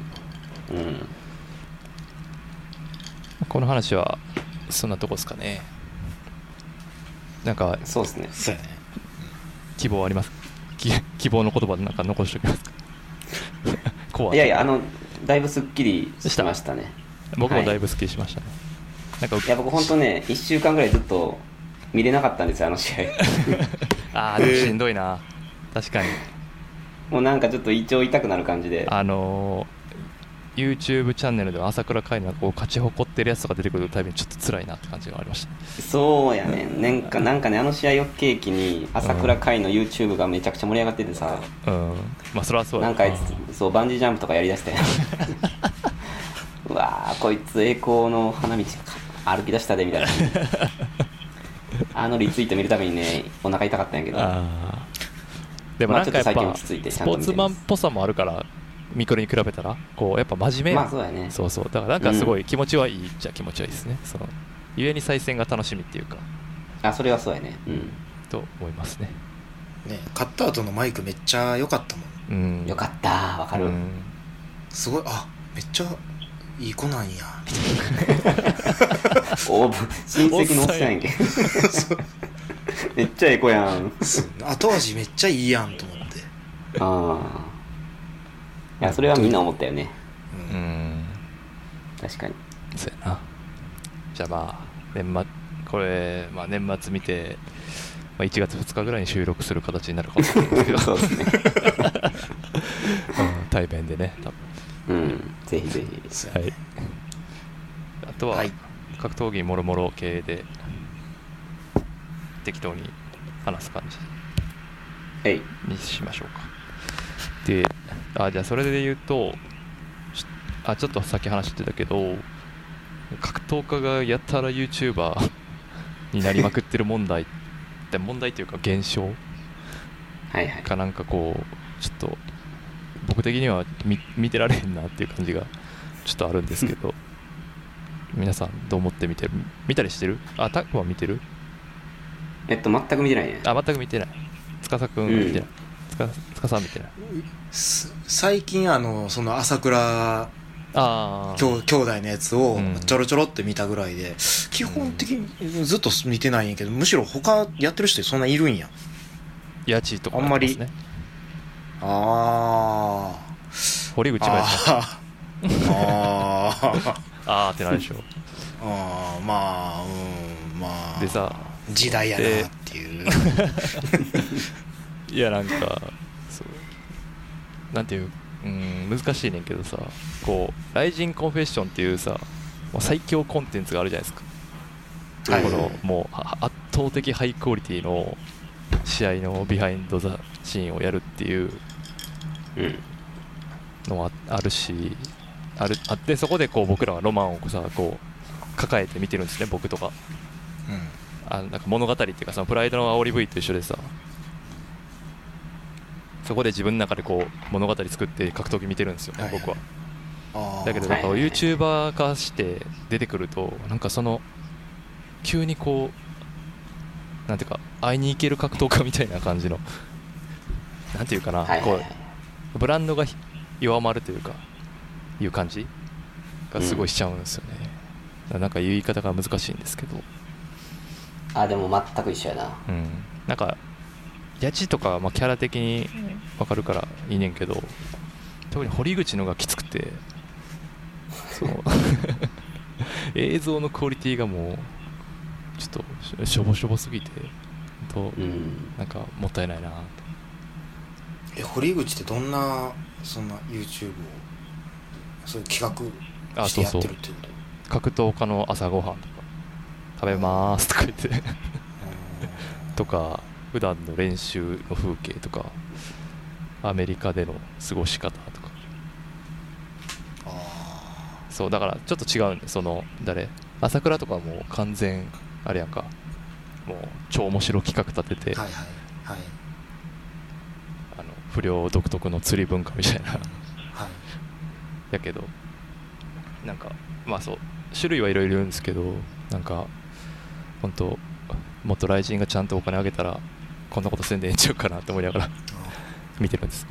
この話はそんなとこですかね。なんかそうですね。 そうやね。 希望あります？希望の言葉でなんか残しておきますか？ いやいや、だいぶすっきりしましたね。 僕もだいぶすっきりしましたね。なんかいや僕本当ね、1週間ぐらいずっと見れなかったんですよ、あの試合。 でもしんどいな。確かに。 もうなんかちょっと胃腸痛くなる感じで。 YouTube チャンネルでは朝倉海のこう勝ち誇ってるやつとか出てくるたびにちょっと辛いなって感じがありました。 そうやね。なんかね、あの試合を契機に朝倉海の YouTube がめちゃくちゃ盛り上がっててさ、 まあそれはそうだ。 なんかあいつそうバンジージャンプとかやりだしたようわーこいつ栄光の花道歩き出したでみたいなリツイート見るたびにねお腹痛かったんやけど、 でもなんかやっぱスポーーツマンっぽさもあるからミクロに比べたらこうやっぱ真面目、 まあそうだね。 そうだからなんかすごい気持ちはいいじゃ気持ちはいいですね。そのゆえに再戦が楽しみっていうか、 それはそうやね。 と思いますね。 勝った後のマイクめっちゃ良かったもん。 よかった、わかる。 すごい、めっちゃいい子なんや親戚のおっさんやんけめっちゃええ子やん。 後味めっちゃいいやんと思って。 いやそれはみんな思ったよね。確かに。 そうやな。じゃあまあ年末見て、1月2日ぐらいに収録する形になるかもしれないですけどそうですね対面でね多分。 ぜひぜひ。 はい。あとは、格闘技もろもろ系で適当に話す感じにしましょうか。で、じゃあそれで言うと、ちょっとさっき話してたけど、格闘家がやたら YouTuber になりまくってる問題というか現象がなんかこうちょっと僕的には見てられへんなっていう感じがちょっとあるんですけど皆さんどう思って見たりしてる？タックは見てる？ 全く見てないね。 全く見てない。司くん見てない。司さん見てない。 最近その朝倉兄弟のやつをちょろちょろって見たぐらいで、基本的にずっと見てないんやけど、むしろ他やってる人そんないるんや。 ヤチとかやってますね。堀口もやってますってなるでしょ。 まあでさ時代やなっていういやなんかそうなんていう難しいねんけどさ、こうライジンコンフェッションっていうさ最強コンテンツがあるじゃないですか。このもう圧倒的ハイクオリティの試合のビハインドザシーンをやるっていうのはあるし、あってそこでこう僕らはロマンをさこう抱えて見てるんですね、僕とか。なんか物語っていうかさ、プライドの煽り V と一緒でさ、そこで自分の中でこう物語作って格闘技見てるんですよね、僕は。だけどなんか YouTuber 化して出てくるとなんかその急にこうなんていうか会いに行ける格闘家みたいな感じのなんていうかな、こうブランドが弱まるというかいう感じがすごいしちゃうんですよね。なんか言い方が難しいんですけど。 でも全く一緒やな。 なんかヤチとかキャラ的に分かるからいいねんけど、特に堀口のがきつくて、そう映像のクオリティがもうちょっとしょぼしょぼすぎてと、なんかもったいないなと。 堀口ってどんなそんな YouTube をそういう企画してやってるっていうこと？ 格闘家の朝ごはんとか食べまーすとか言ってとか普段の練習の風景とかアメリカでの過ごし方とか。そうだからちょっと違うんで、その朝倉とかはもう完全あれやんか、もう超面白企画立てて、 はいはいはい、 不良独特の釣り文化みたいなはい、 やけどなんかまあそう種類はいろいろいるんですけど、なんか本当もっと雷神がちゃんとお金あげたらこんなことせんでええんちゃうかなと思いながら見てるんですね。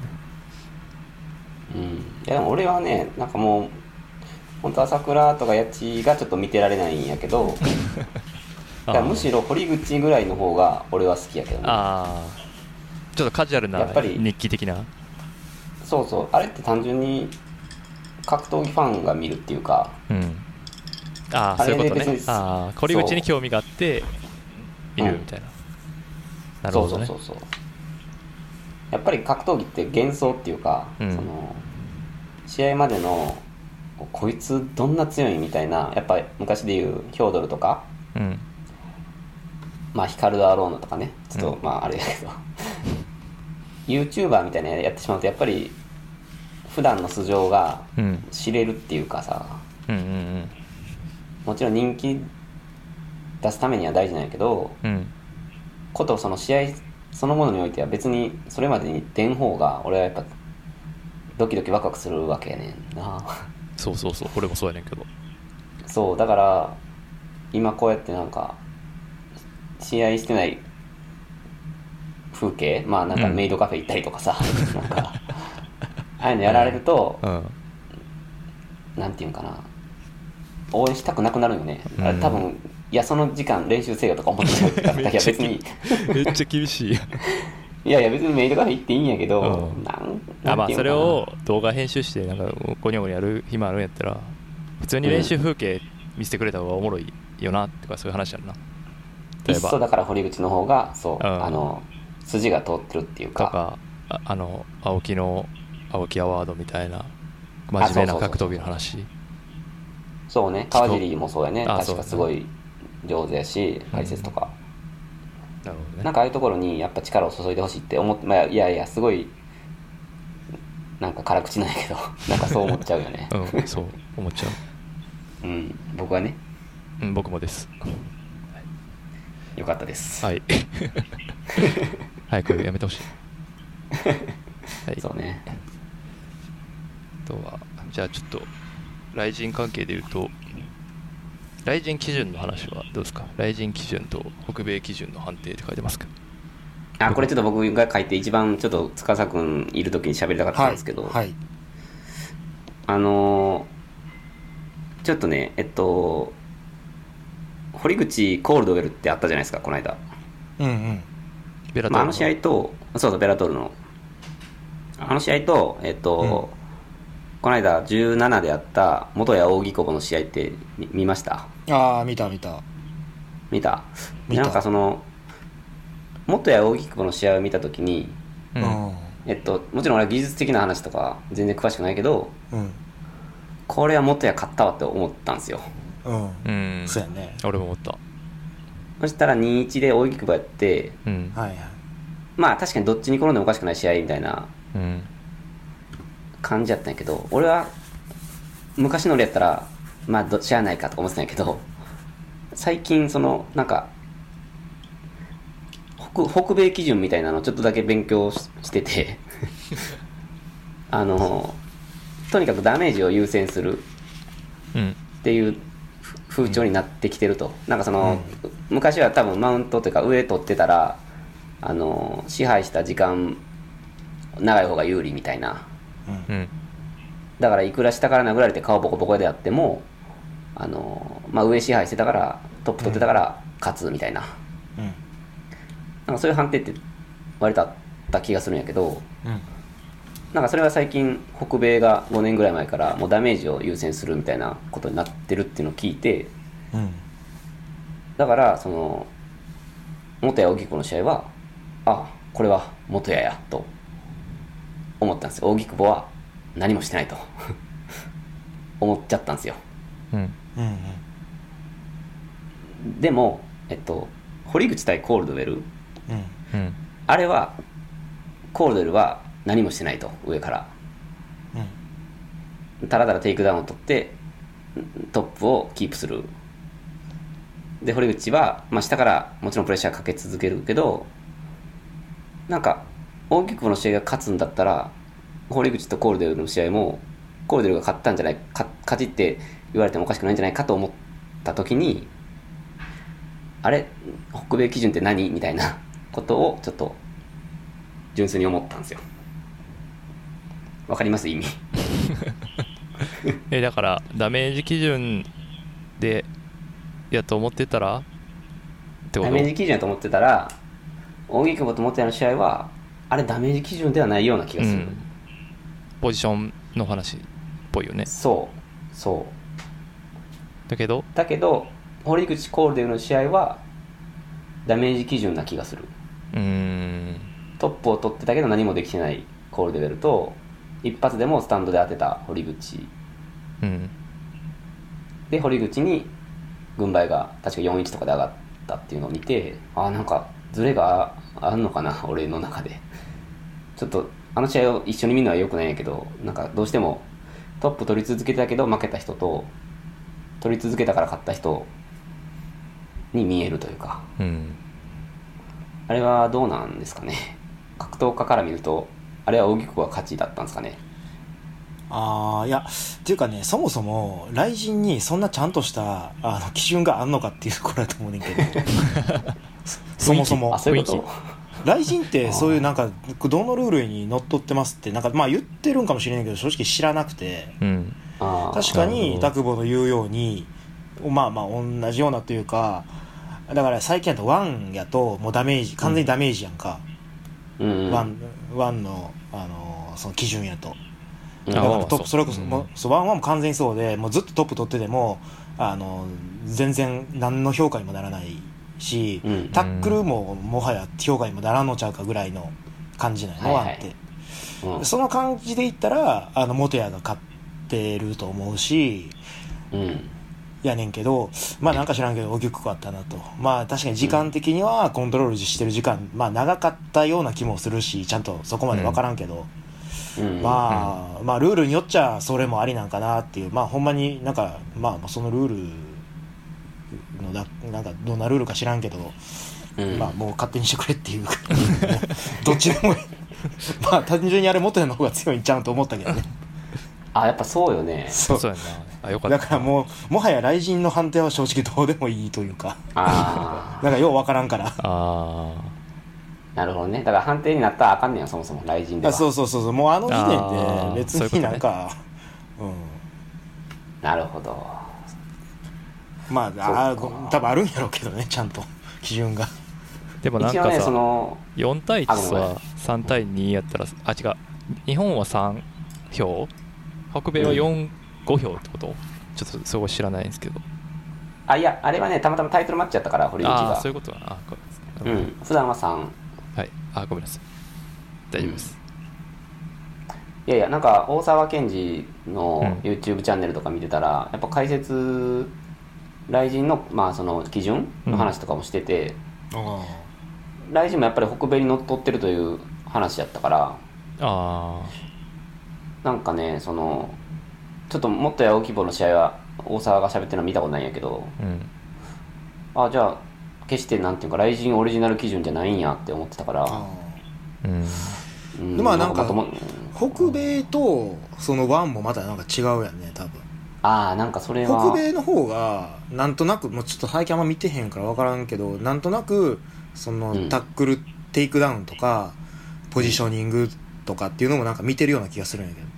いやでも俺はね、なんかもう本当朝倉とかやちがちょっと見てられないんやけどだからむしろ堀口ぐらいの方が俺は好きやけどね。 ああ、ちょっとカジュアルなやっぱり日記的な。 そうそう、あれって単純に格闘技ファンが見るっていうか、 ああそういうことね。 あれで別にああ堀口に興味があって見るみたいな、なるほどね。 そうやっぱり格闘技って幻想っていうか、その試合までのこいつどんな強いみたいな、やっぱり昔でいうヒョードルとか、まあヒカルド・アローノとかね、ちょっとまああれやけどYouTuber みたいなやってしまうとやっぱり普段の素性が知れるっていうかさ、もちろん人気出すためには大事なんやけど、ことその試合そのものにおいては別にそれまでに出ん方が俺はやっぱドキドキワクワクするわけやねんなそう俺もそうやねんけど、 そうだから今こうやってなんか試合してない風景、まあなんかメイドカフェ行ったりとかさ、なんかああいうのやられると、なんていうんかな、応援したくなくなるよね、多分。いやその時間練習せよとか思ってたからいや別にめっちゃ厳しいいや別にメイドカフェ行っていいんやけど、 まあそれを動画編集してなんかゴニョゴニョやる暇あるんやったら普通に練習風景見せてくれた方がおもろいよなとかそういう話やんな。 いっそだから堀口の方がそう、筋が通ってるっていうか、 とか青木の青木アワードみたいな真面目な格闘技の話。 そうね、川尻もそうやね、確かすごい上手やし、解説とか、 なるほどね。 なんかああいうところにやっぱ力を注いでほしいって思って、まあ、いやすごいなんか辛口なんやけどなんかそう思っちゃうよねそう思っちゃう僕はね、 僕もです、 よかったです。 はい早くやめてほしいはい、 そうね。 あとはじゃあちょっと雷神関係でいうと雷神基準の話はどうですか。雷神基準と北米基準の判定って書いてますけど、 これちょっと僕が書いて一番ちょっと司くんいる時に喋りたかったんですけど、 はい、 ちょっとね堀口コールドウェルってあったじゃないですかこの間。 ベラトールの、 あの試合とそうベラトールのあの試合とこの間17であった元谷扇久保の試合って見ました？ 見たなんかその元谷扇久保の試合を見たときに、もちろん俺は技術的な話とか全然詳しくないけど、これは元谷勝ったわって思ったんですよ。 そうやね。 俺も思った。 そしたら 2-1 で扇久保やって、まあ確かにどっちに転んでもおかしくない試合みたいな感じやったんやけど、俺は昔の俺やったらまあどっちやないかとか思ってたんやけど、最近そのなんか北米基準みたいなのをちょっとだけ勉強しててとにかくダメージを優先するっていう風潮になってきてると。なんかその、昔は多分マウントというか上取ってたら支配した時間長い方が有利みたいな、だからいくら下から殴られて顔ボコボコであってもまあ、上支配してたからトップ取ってたから勝つみたいな、なんかそういう判定って割とあった気がするんやけど、なんかそれは最近北米が5年ぐらい前からもうダメージを優先するみたいなことになってるっていうのを聞いて、だからその元谷荻窪の試合はこれは元谷やと思ったんですよ。荻窪は何もしてないと思っちゃったんですよ。 うんうんうんでも堀口対コールドウェル、 うんうんあれはコールドウェルは何もしてないと、上からただただテイクダウンを取ってトップをキープする。で堀口は、下からもちろんプレッシャーかけ続けるけど、なんか荻窪の試合が勝つんだったら堀口とコールドウェルの試合もコールドウェルが勝ったんじゃないか、勝ちって言われてもおかしくないんじゃないかと思った時に、あれ北米基準って何みたいなことをちょっと純粋に思ったんですよ。わかります意味だからダメージ基準でやと思ってたらってこと。 ダメージ基準だと思ってたら荻窪と元谷の試合はあれダメージ基準ではないような気がする、 ポジションの話っぽいよね。 そうだけど堀口コールデルの試合はダメージ基準な気がする。トップを取ってたけど何もできてないコールデベルと、一発でもスタンドで当てた堀口、で堀口に軍配が確か 4-1 とかで上がったっていうのを見て、なんかズレがあんのかな俺の中で。ちょっとあの試合を一緒に見るのは良くないんやけど、なんかどうしてもトップ取り続けてたけど負けた人と取り続けたから勝った人に見えるというか、あれはどうなんですかね。格闘家から見るとあれは荻窪が勝ちだったんですかね。 いやっていうかね、そもそも雷神にそんなちゃんとした基準があんのかっていうところだと思うねんけどそもそもそういうこと雷神ってそういうなんかどのルールにのっとってますってなんか言ってるんかもしれないけど正直知らなくて、確かに田久保の言うように同じようなというか、だから最近やと1やともうダメージ完全にダメージやんか、1の、その基準やと、だからそれこそ1はもう完全にそうで、もうずっとトップ取ってても全然何の評価にもならないし、タックルももはや評価にもならんのちゃうかぐらいの感じなのはあって、その感じで言ったら元谷が勝ってると思うし、やねんけど、なんか知らんけど荻窪あったなと。確かに時間的にはコントロールしてる時間長かったような気もするし、ちゃんとそこまで分からんけど、ルールによっちゃそれもありなんかなっていう、ほんまになんかそのルールのなんかどんなルールか知らんけど、もう勝手にしてくれっていうどっちでもいい単純にあれ元谷の方が強いんちゃうと思ったけどねやっぱそうよね。 そうやな。よかった。 だからもはや雷神の判定は正直どうでもいいというかなんかようわからんから。 なるほどね。だから判定になったらあかんねんよ、そもそも雷神では。 そうもう時点で別になんかなるほど。 多分あるんやろうけどね、ちゃんと基準が。 でもなんかさ、 4 対1は3対2やったら、違う、日本は3票、北米は5票ってこと？ちょっとそこ知らないんですけど。 いや、あれはね、たまたまタイトルマッチやったから、堀口が。 そういうことな。 普段は3。 はい。ごめんなさい。大丈夫です。 いやいや、なんか大沢健二の YouTube チャンネルとか見てたら、やっぱ解説雷神のその基準の話とかもしてて、雷神もやっぱり北米にのっとってるという話やったから、なんかね、ちょっともっとや大規模の試合は大沢が喋ってるの見たことないんやけど、じゃあ決してなんていうか雷神オリジナル基準じゃないんやって思ってたから、 なんか北米とその1もまたなんか違うやんね、多分。 なんかそれは北米の方がなんとなく、もうちょっと最近あんま見てへんから分からんけど、なんとなくそのタックル、テイクダウンとかポジショニングとかっていうのもなんか見てるような気がするんやけど、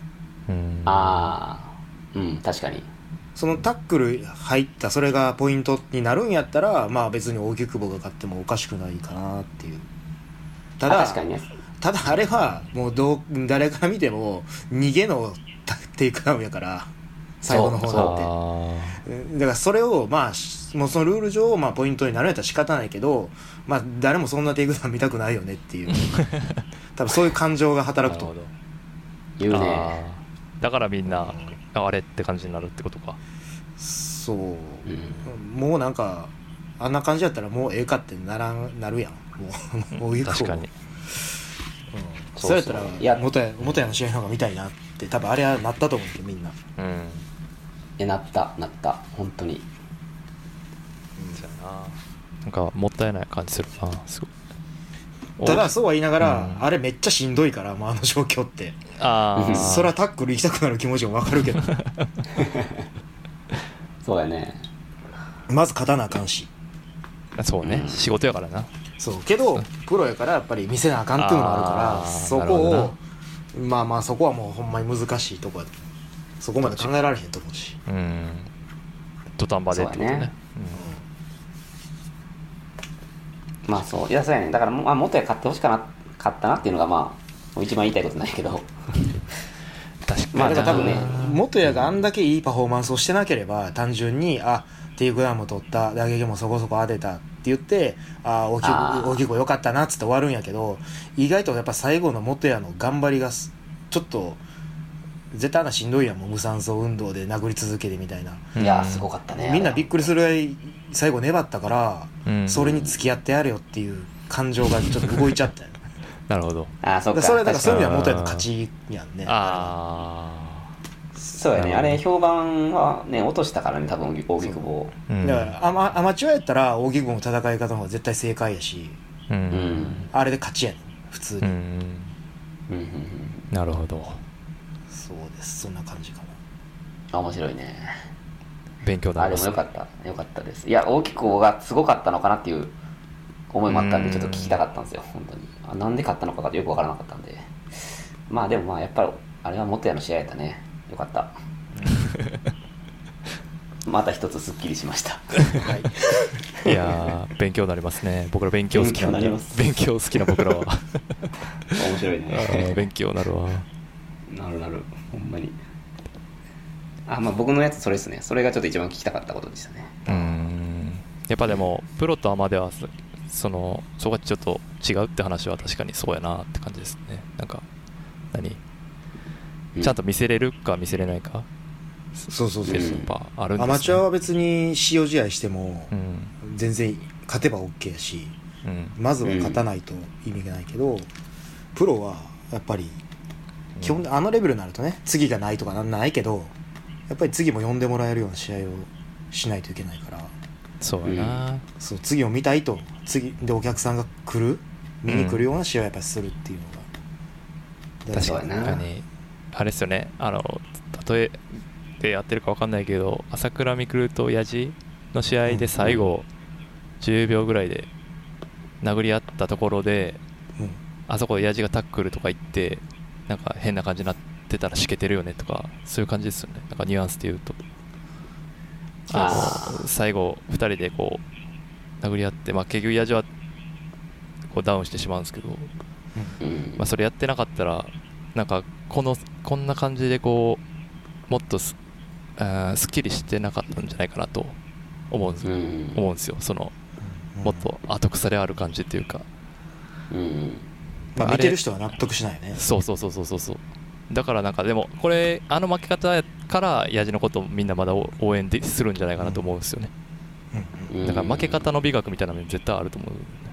確かにそのタックル入ったそれがポイントになるんやったら、別に荻窪が勝ってもおかしくないかなっていう。ただ確かにね。 ただあれはもう誰から見ても逃げのテイクダウンやから、 最後の方になって。だからそれをまあもうそのルール上まあポイントになるんやったら仕方ないけど、まあ誰もそんなテイクダウン見たくないよねっていう多分そういう感情が働くと。 言うね。 だからみんなあれって感じになるってことか。 そう、もうなんかあんな感じやったらもうええかってなるやん。もう確かに。 そうやったら元谷の試合の方が見たいなって多分あれはなったと思うけどみんな。 なった本当に。 そうやな。なんかもったいない感じするな。すごい。 ただそうは言いながら、あれめっちゃしんどいから、まあ、あの状況ってそりゃタックル行きたくなる気持ちも分かるけどそうやね。 まず勝たなあかんし。 そうね、仕事やからな。 そうけどプロやからやっぱり見せなあかんっていうのもあるからそこをまあまあそこはもうほんまに難しいとこやでそこまで考えられへんと思うし土壇場でってことね。 まあそういやそうやね。だからまあ元谷勝ってほしかったなっていうのがまあ一番言いたいことないけど確かに。 まあだから多分ね元谷があんだけいいパフォーマンスをしてなければ単純にテイクダウンも取った打撃もそこそこ当てたって言って大きい子良かったなっつって終わるんやけど意外とやっぱ最後の元谷の頑張りがちょっと絶対しんどいやんもう無酸素運動で殴り続けてみたいな。 いやすごかったね。 みんなびっくりするぐらい最後粘ったから、それに付き合ってやれよっていう感情がちょっと動いちゃったよなるほど。 それだからそういう意味では元谷の勝ちやんね。 そうやね。あれ評判はね落としたからね多分大木久保。 だからアマチュアやったら大木久保の戦い方の方が絶対正解やし、あれで勝ちやねん普通に。 なるほど。 そうですそんな感じかな。 面白いね。 勉強になりますね。 あれもよかったです。いや大木久保がすごかったのかなっていう思いもあったんでちょっと聞きたかったんですよ本当に。なんで勝ったのかがよく分からなかったんで。まあでもまあやっぱりあれは元谷の試合やったね。よかったまた一つすっきりしましたいや勉強になりますね。僕ら勉強好きなんで勉強好きな僕らは面白いね。 勉強なるわ。 なるほんまに。まあ僕のやつそれですね。それがちょっと一番聞きたかったことでしたね。 やっぱでもプロとアマではそこがちょっと違うって話は確かにそうやなって感じですね。なんかちゃんと見せれるか見せれないか。 そうやっぱあるんですね。 アマチュアは別に使用試合しても全然勝てば OK やし、まずは勝たないと意味がないけど、プロはやっぱり基本あのレベルになるとね次がないとかなんないけどやっぱり次も呼んでもらえるような試合をしないといけないから。 そうやな、 そう次を見たいと次でお客さんが見に来るような試合をやっぱりするっていうのが確かにあれですよね。例えでやってるか分かんないけど朝倉未来と矢地の試合で最後10秒ぐらいで殴り合ったところで、あそこで矢地がタックルとか行ってなんか変な感じになってたらしけてるよねとかそういう感じですよね。なんかニュアンスで言うと最後2人でこう殴り合って、結局矢地はこうダウンしてしまうんですけど、それやってなかったらなんかこんな感じでこうもっとすっきりしてなかったんじゃないかなと思うんですよ。もっと後腐れある感じっていうか、 見てる人は納得しないよね。 そうだからなんかでもこれ負け方から矢地のことをみんなまだ応援するんじゃないかなと思うんですよね。だから負け方の美学みたいなの絶対あると思う、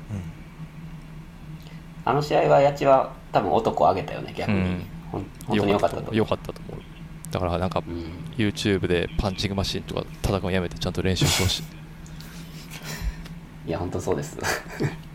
あの試合は矢地は多分男を上げたよね逆に、本当に良かったと思う。 良かったと思う。だからなんか、YouTube でパンチングマシンとか叩くのやめてちゃんと練習してほしいいや本当そうですあ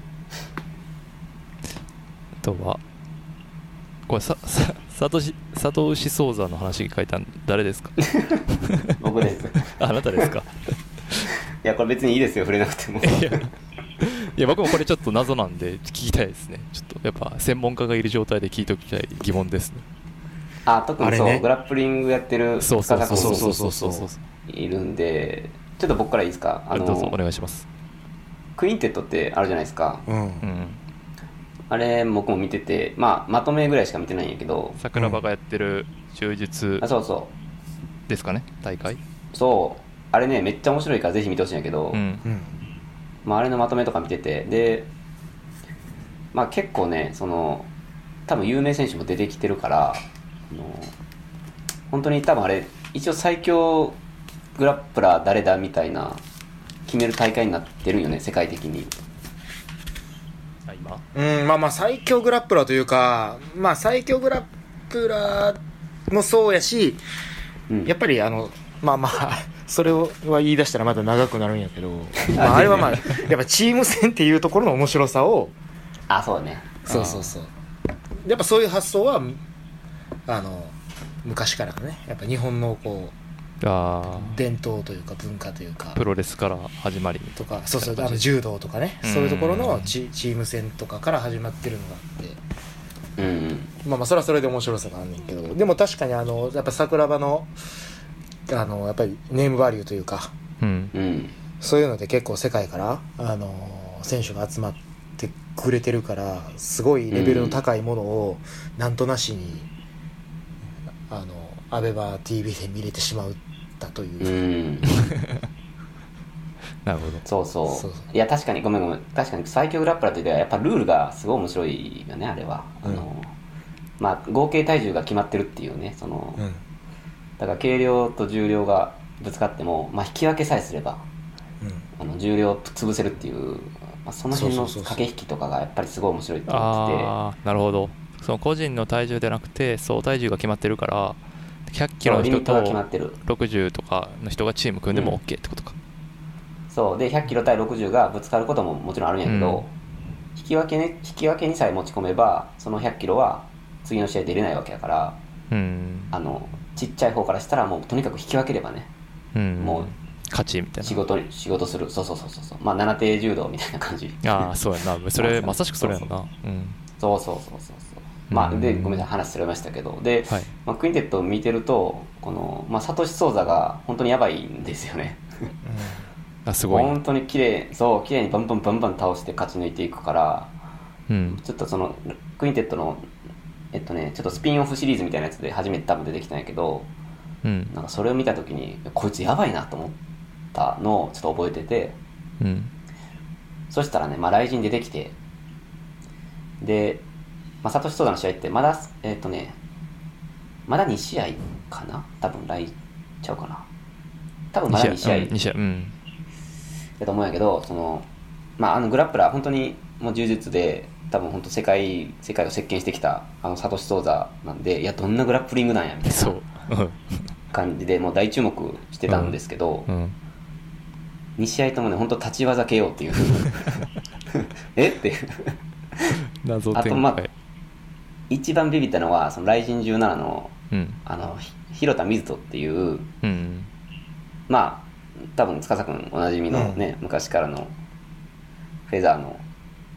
とはこれ佐藤志宗山の話書いたの誰ですか僕ですあなたですかいやこれ別にいいですよ触れなくてもいや僕もこれちょっと謎なんで聞きたいですね。ちょっとやっぱ専門家がいる状態で聞いておきたい疑問ですね。 特にそう、グラップリングやってるそういるんでちょっと僕からいいですか。 どうぞお願いします。 クインテットってあるじゃないですか、あれ僕も見てて、まとめぐらいしか見てないんやけど桜庭がやってる柔術、 ですかね、大会。 そうあれねめっちゃ面白いからぜひ見てほしいんやけど、 うんまあ、あれのまとめとか見ててで、まあ、結構ねその多分有名選手も出てきてるから本当に多分あれ一応最強グラップラー誰だみたいな決める大会になってるんよね世界的に。 まあまあ最強グラップラーというか、まあ最強グラップラーもそうやし、やっぱりまあまあそれは言い出したらまだ長くなるんやけど、まあ、あれはまあやっぱチーム戦っていうところの面白さをそうねそうやっぱそういう発想は昔からのねやっぱ日本のこう伝統というか文化というかプロレスから始まりとかそう柔道とかねそういうところのチーム戦とかから始まってるのがあって、まあまあそれはそれで面白さがあんねんけど、でも確かにやっぱ桜庭のやっぱりネームバリューというか、そういうので結構世界から選手が集まってくれてるからすごいレベルの高いものをなんとなしにアベマ TV で見れてしまったという、 なるほど。 そういや確かにごめん確かに最強グラップラーというかやっぱルールがすごい面白いよねあれは。まあ合計体重が決まってるっていうねだから軽量と重量がぶつかっても、まあ、引き分けさえすれば、重量を潰せるっていう、まあ、その辺の駆け引きとかがやっぱりすごい面白いと思ってて。 なるほど。その個人の体重でなくて総体重が決まってるから100キロの人と60とかの人がチーム組んでも OK ってことか。 そうで100キロ対60がぶつかることももちろんあるんやけど、引き分けにさえ持ち込めばその100キロは次の試合出れないわけだから、ちっちゃい方からしたらもうとにかく引き分ければね、もう勝ちみたいな仕事する。そうまあ7手柔道みたいな感じ。 そうやなそれまさしくそれやんな。 そうまあでごめんなさい話それましたけどで、まあ、クインテットを見てるとまあ、サトシ・ソウザが本当にやばいんですよね。 すごい本当に綺麗にバンバン倒して勝ち抜いていくから、ちょっとそのクインテットのちょっとスピンオフシリーズみたいなやつで初めて多分出てきたんやけど、なんかそれを見た時にこいつやばいなと思ったのをちょっと覚えてて、そしたらね、まあ、雷神出てきてで、まあ、サトシ・ソウザの試合ってまだまだ2試合かな多分ちゃうかな多分まだ2試合だと思うんやけどまあ、グラップラー本当にもう柔術で多分本当世界を席巻してきたサトシ・ソウザなんでいやどんなグラップリングなんやみたいな感じでもう大注目してたんですけど、2試合ともね本当立ち技 KO っていうっていう謎展開。 あとまあ一番ビビったのはそのライジン17の、広田水人っていう、まあ多分司君おなじみのね、昔からのフェザーの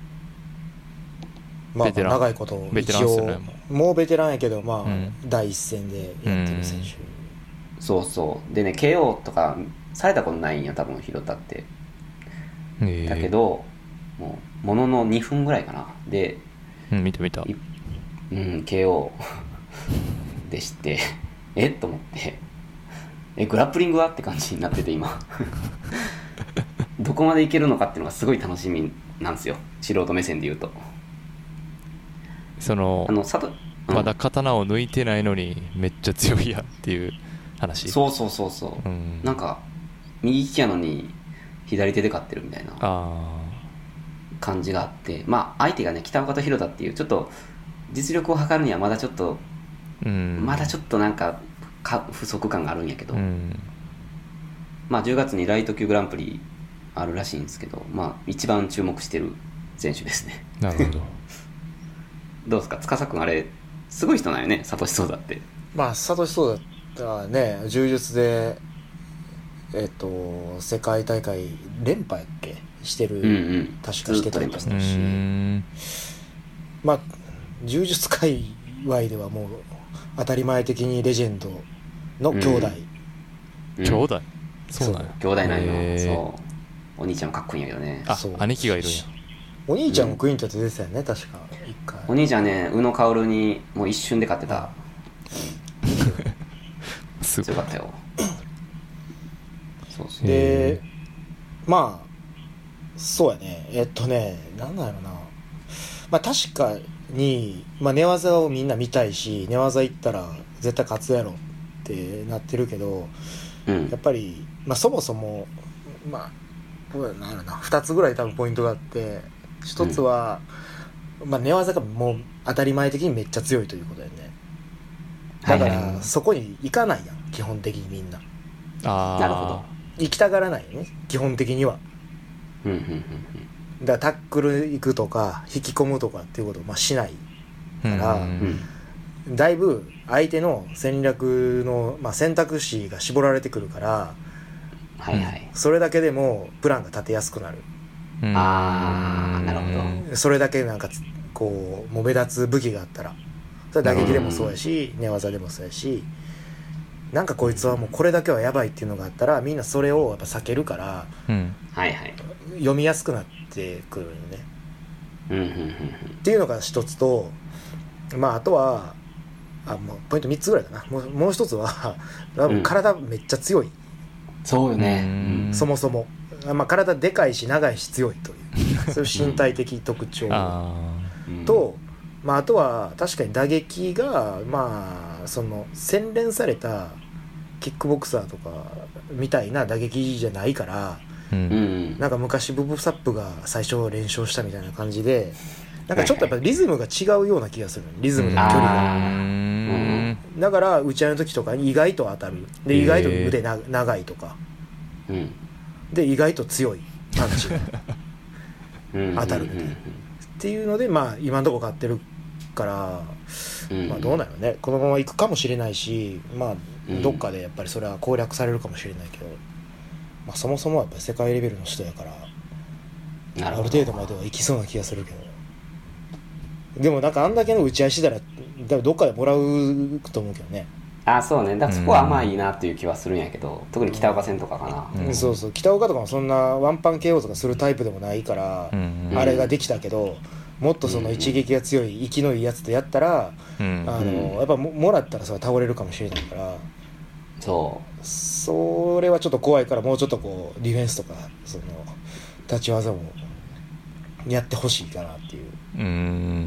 まあ長いこと一応もうベテランやけどまあ第一線でやってる選手。 そうでね KO とかされたことないんよ多分広田って。だけどものの2分ぐらいかなで、 見た KO でしてと思ってグラップリングはって感じになってて今どこまでいけるのかっていうのがすごい楽しみなんですよ素人目線で言うと。 まだ刀を抜いてないのにめっちゃ強いやんっていう話。そう、 なんか右利きやのに左手で勝ってるみたいな感じがあって、まあ相手がね北岡と広田っていうちょっと実力を測るにはまだちょっとなんか不足感があるんやけど、まあ10月にライト級グランプリあるらしいんですけど、まあ一番注目してる選手ですね。 なるほどどうですか司君あれすごい人なんよねサトシ・ソウザって。 まあサトシ・ソウザはね柔術で世界大会連覇やっけしてる、確かしてたりとかしたし、まあ柔術界隈ではもう当たり前的にレジェンドの兄弟、 兄弟そうなんや。 兄弟なんよ。そうお兄ちゃんもかっこいいんやけどね。 兄貴がいるんや。 お兄ちゃんもクインテット出てたよね確か一回。 お兄ちゃんね宇野薫にもう一瞬で勝ってた。強かったよ。 そうそう。 でまあそうやねなんだろうな、まあ確かに、まあ、寝技をみんな見たいし、寝技行ったら絶対勝つやろってなってるけど、やっぱり、まあ、そもそもまあどうやなんやろな、2つぐらい多分ポイントがあって、1つは、まあ、寝技がもう当たり前的にめっちゃ強いということだよね。だかはいはらそこに行かないやん、基本的にみんな。 なるほど。 行きたがらないよね、基本的には。だからタックル行くとか引き込むとかっていうことをまあしないから、だいぶ相手の戦略の、まあ、選択肢が絞られてくるから、 はいはい。 それだけでもプランが立てやすくなる。 ああ、なるほど。 それだけなんかこうもう目立つ武器があったら、それ打撃でもそうやし、寝技でもそうやし、なんかこいつはもうこれだけはやばいっていうのがあったら、みんなそれをやっぱ避けるから、 はいはい。 読みやすくなってくるよね。っていうのが一つと、まああとはもうポイント3つぐらいかな。もう一つは多分体めっちゃ強い。 そうよね。 そもそも、まあ、体でかいし長いし強いというそういう身体的特徴と、まあ、あとは確かに打撃がまあその洗練されたキックボクサーとかみたいな打撃じゃないから、なんか昔ブブサップが最初連勝したみたいな感じで、なんかちょっとやっぱリズムが違うような気がする、リズムの距離が。だから打ち合いの時とかに意外と当たるで、意外と腕長いとか、で意外と強いパンチが当たるみたいなっていうので、まあ今のところ勝ってるから、まあどうなのね、このまま行くかもしれないし、まあどっかでやっぱりそれは攻略されるかもしれないけど、まあ、そもそもやっぱり世界レベルの人やから、ある程度までは行きそうな気がするけど、でもなんかあんだけの打ち合いしたらどっかでもらうと思うけどね。 そうね。だからそこはまあいいなっていう気はするんやけど、特に北岡戦とかかな。 そうそう、北岡とかもそんなワンパン KO とかするタイプでもないから、あれができたけど、もっとその一撃が強い息のいいやつとやったら、やっぱもらったらそれ倒れるかもしれないから、それはちょっと怖いから、もうちょっとこうディフェンスとかその立ち技もやってほしいかなっていう。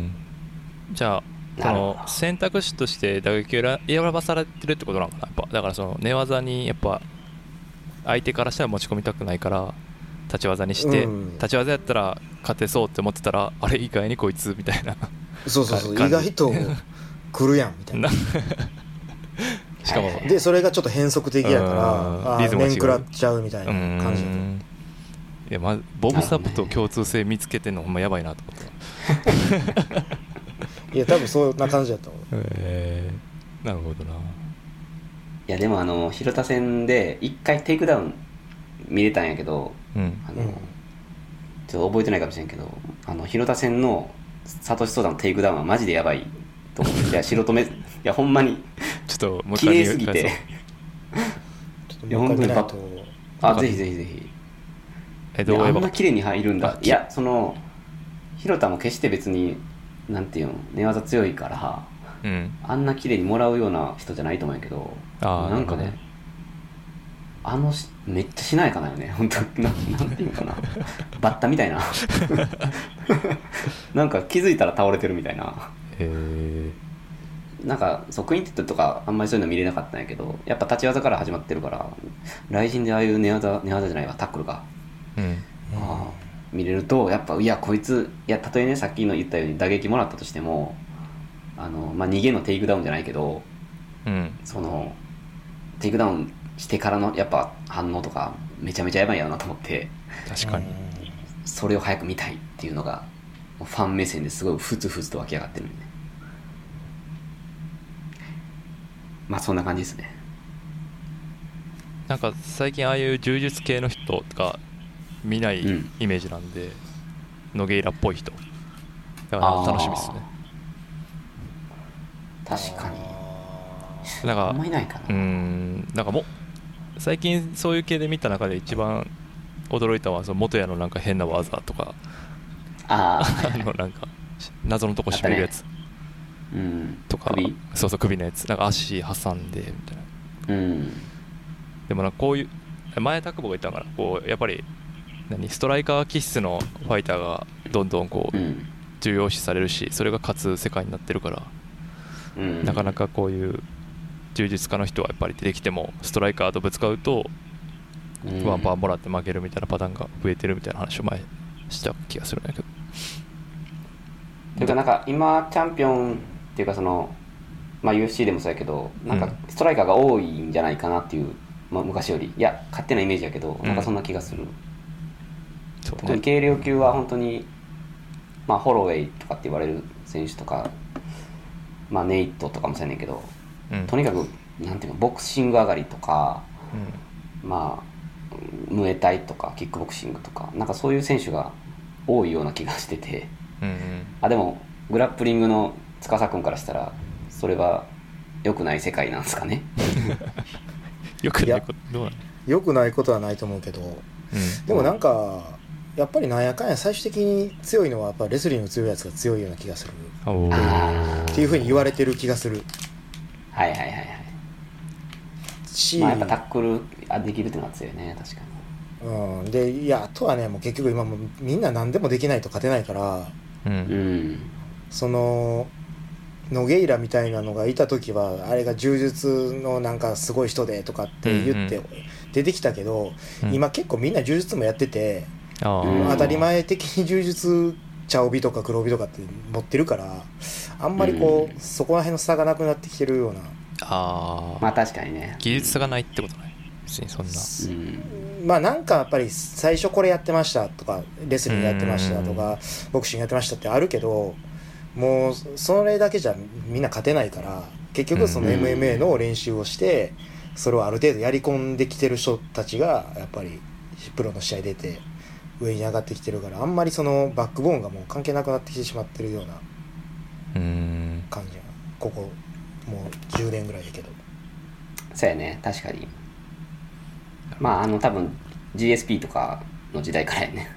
じゃあその選択肢として打撃を選ばされてるってことなのかな、やっぱ。だからその寝技にやっぱ相手からしたら持ち込みたくないから立ち技にして、立ち技やったら勝てそうって思ってたら、あれ意外にこいつみたいな。 そう意外と来るやんみたいなしかもでそれがちょっと変則的やから面食らっちゃうみたいな感じだと。 いや、まあ、ボブサップと共通性見つけてんのほんまやばいなと思ったいや多分そんな感じだと思う。 なるほどな。いやでも広田戦で一回テイクダウン見れたんやけど、ちょっと覚えてないかもしれんけど、広田戦のサトシソウダのテイクダウンはマジでやばいと思って。いや素人目いやほんまにちょっともう綺麗すぎていや本当にぜひぜひぜひ。 どうあんな綺麗に入るんだ。いやその広田も決して別になんていうの寝技強いから、あんな綺麗にもらうような人じゃないと思うんやけど、なんかねめっちゃしなやかなよね、本当に。なんていうかなバッタみたいななんか気づいたら倒れてるみたいな。なんかそうクインテットとかあんまりそういうの見れなかったんやけど、やっぱ立ち技から始まってるから、雷神でああいう寝技じゃないわ、タックルが、見れるとやっぱいやこいつ、いやたとえねさっきの言ったように打撃もらったとしても、まあ、逃げのテイクダウンじゃないけど、そのテイクダウンしてからのやっぱ反応とかめちゃめちゃやばいやろなと思って、 確かにそれを早く見たいっていうのがファン目線ですごいふつふつと湧き上がってるんで、まあそんな感じですね。 なんか最近ああいう柔術系の人とか見ないイメージなんで、ノゲイラっぽい人だから楽しみですね。 確かになんかあんまいないかな。 なんか最近そういう系で見た中で一番驚いたのはその元谷のなんか変な技とか、なんか謎のとこ締めるやつとか、そう首のやつ、なんか足挟んでみたいな。でもなんかこういう前田久保が言ったのかな、こうやっぱりストライカー気質のファイターがどんどんこう重要視されるし、それが勝つ世界になってるから、なかなかこういう柔術家の人はやっぱり出てきてもストライカーとぶつかるとワンパンもらって負けるみたいなパターンが増えてるみたいな話を前した気がするんだけど。 というかなんか今チャンピオンっていうかその、まあ、UFC でもそうやけどなんかストライカーが多いんじゃないかなっていう、まあ、昔よりいや勝手なイメージやけどなんかそんな気がする、特に軽量級は本当に、まあ、ホロウェイとかって言われる選手とか、まあ、ネイトとかもそうやねんけど、とにかくなんていうのボクシング上がりとか、まあムエタイとかキックボクシングとかなんかそういう選手が多いような気がしてて、あでもグラップリングの司君からしたらそれは良くない世界なんですかね。 良くないことどうなの？ 良くないことはないと思うけど、でもなんかやっぱりなんやかんや最終的に強いのはやっぱレスリング強いやつが強いような気がするっていうふうに言われてる気がする。 はいはいはいはい。まあやっぱタックルできるっていうのは強いね、確かに。でいやあとはねもう結局今もみんな何でもできないと勝てないから、そのノゲイラみたいなのがいた時はあれが柔術のなんかすごい人でとかって言って出てきたけど、今結構みんな柔術もやってて、当たり前的に柔術茶帯とか黒帯とかって持ってるからあんまりこう、そこら辺の差がなくなってきてるような。 まあ確かにね、 技術差がないってことない別にそんな、 まあなんかやっぱり最初これやってましたとかレスリングやってましたとかボクシングやってましたってあるけど、もうそれだけじゃみんな勝てないから結局その MMA の練習をしてそれをある程度やり込んできてる人たちがやっぱりプロの試合出て上に上がってきてるから、あんまりそのバックボーンがもう関係なくなってきてしまってるような感じやな、ここもう10年ぐらいだけど。 そうやね、確かに。まあ多分 GSP とかの時代からやね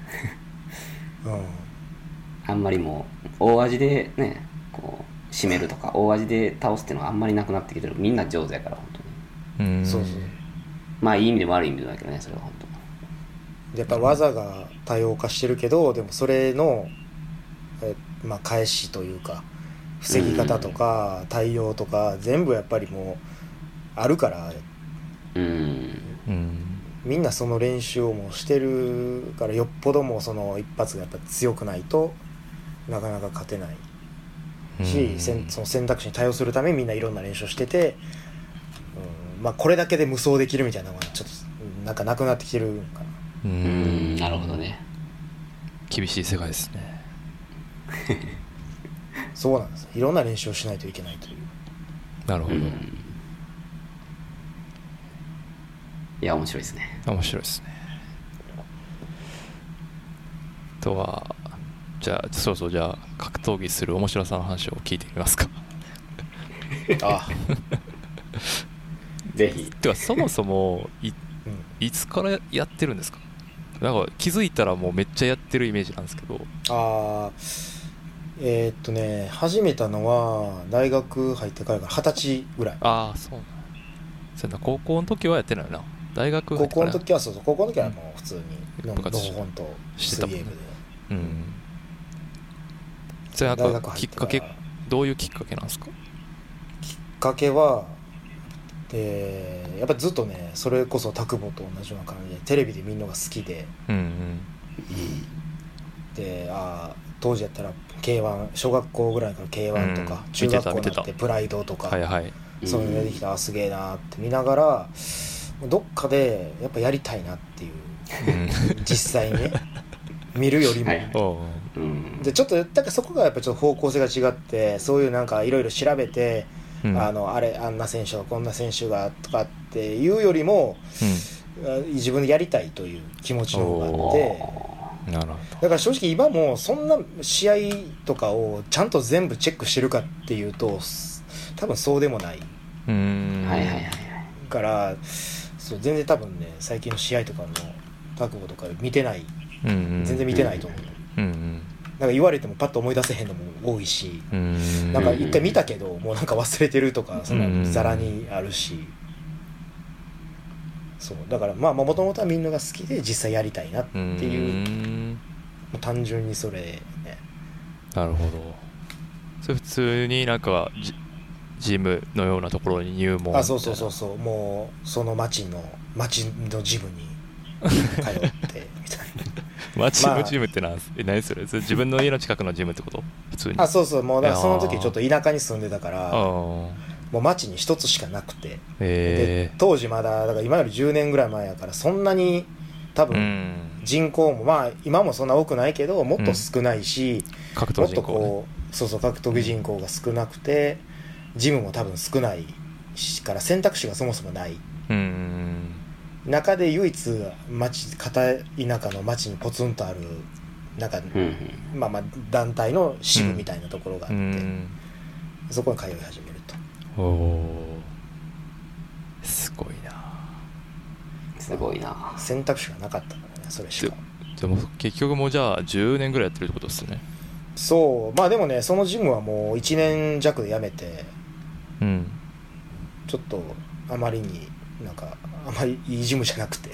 あんまりもう大味でねこう締めるとか大味で倒すっていうのはあんまりなくなってきてる。みんな上手やから本当に。 そうそう。 まあいい意味でも悪い意味でもだけどね、それは本当。 やっぱ技が多様化してるけど、でもそれのまあ返しというか防ぎ方とか対応とか全部やっぱりもうあるから、みんなその練習をもうしてるから、よっぽどもうその一発がやっぱ強くないとなかなか勝てないし、その選択肢に対応するためにみんないろんな練習をしてて、まあこれだけで無双できるみたいなのがちょっとなんかなくなってきてるかな。 なるほどね。 厳しい世界ですね。 そうなんです。いろんな練習をしないといけないという。 なるほど。 いや面白いですね。 面白いですね。あとはじゃあそうじゃあ格闘技する面白さの話を聞いてみますか。 ぜひ。 てかそもそもいつからやってるんですか？なんか気づいたらもうめっちゃやってるイメージなんですけど。 始めたのは大学入ってから20歳ぐらい。 そうなんだ。高校の時はやってないな。大学入ってから高校の時は高校の時はもう普通にのほほんと水泳部で。 それなんかきっかけどういうきっかけなんですか？ きっかけはやっぱりずっとねそれこそ田久保と同じような感じでテレビで見るのが好きで、で当時やったら K1 小学校ぐらいから K1 とか、中学校になってプライドとか、そういうのが出てきたすげえなって見ながらどっかでやっぱやりたいなっていう、実際にね見るよりも、でちょっとだからそこがやっぱちょっと方向性が違って、そういうなんかいろいろ調べて、あんな選手がこんな選手がとかっていうよりも、自分でやりたいという気持ちの方があって、だから正直今もそんな試合とかをちゃんと全部チェックしてるかっていうと多分そうでもないから全然多分ね最近の試合とかの覚悟とか見てない、全然見てないと思う。なんか言われてもパッと思い出せへんのも多いし、なんか一回見たけどもうなんか忘れてるとかそんなざらにあるし、 そうだからまあもともとはみんなが好きで実際やりたいなっていうもう単純にそれね。 なるほど。それ普通になんかジムのようなところに入門みたいな。 そうもうその町のジムに通ってみたいな町のジムって何それ自分の家の近くのジムってこと普通に。 そうもうだからその時ちょっと田舎に住んでたからもう町に一つしかなくて、で当時まだから今より10年ぐらい前やからそんなに多分人口もまあ今もそんな多くないけどもっと少ないし、もっとこう格闘技人口が少なくてジムも多分少ないから選択肢がそもそもない、中で唯一片田舎の町にポツンとあるなんか、まあ団体の支部みたいなところがあって、そこに通い始めると。 すごいな。 選択肢がなかったからねそれしか。 でも結局もうじゃあ10年ぐらいやってるってことですね。 そうまあでもねそのジムはもう1年弱で辞めて、ちょっとあまりになんかあまりいいジムじゃなくて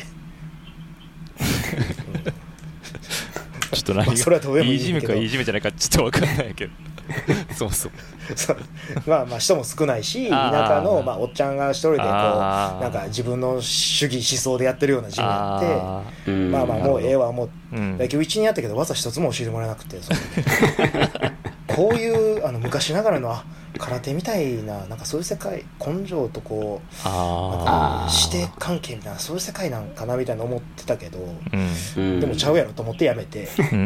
ちょっと何が、 それはどうでもいいジムかいいジムじゃないかちょっと分かんないけどそうまあ人も少ないし田舎のおっちゃんが一人でこうなんか自分の主義思想でやってるようなジムやってまあもうええわもう今日1年やったけど技一つも教えてもらえなくてこういう昔ながらの空手みたいななんかそういう世界根性とこうなんか師弟関係みたいなそういう世界なんかなみたいな思ってたけど、でもちゃうやろと思ってやめて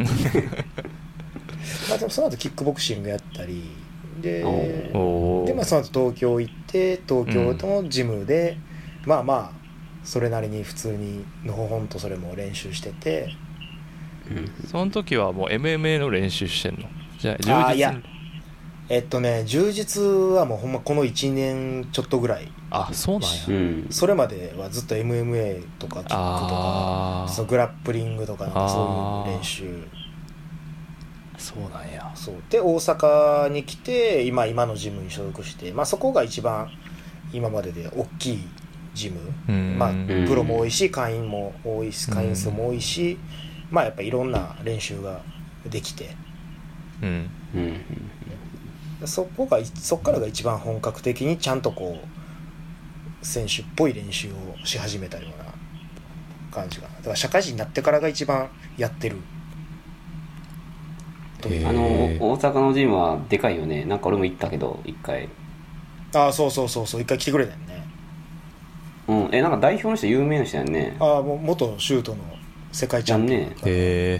まあでもその後キックボクシングやったりでまあその後東京行って東京のジムで、まあそれなりに普通にのほほんとそれも練習してて、 その時はもう MMA の練習してんの？じゃあいや充実はもうほんまこの1年ちょっとぐらい。 そうなんや。 それまではずっと MMA とかキックとかそのグラップリングとかなんかそういう練習。 そうなんや。 そうで大阪に来て今のジムに所属して、まあそこが一番今までで大きいジム、まあプロも多いし会員も多いし会員数も多いし、まあやっぱいろんな練習ができて、そこからが一番本格的にちゃんとこう選手っぽい練習をし始めたような感じが。だから社会人になってからが一番やってる。 大阪のジムはでかいよね。なんか俺も行ったけど一回。 そう一回来てくれたよね。 なんか代表の人有名な人やんね。 もう元シュートの世界チャンピオンね。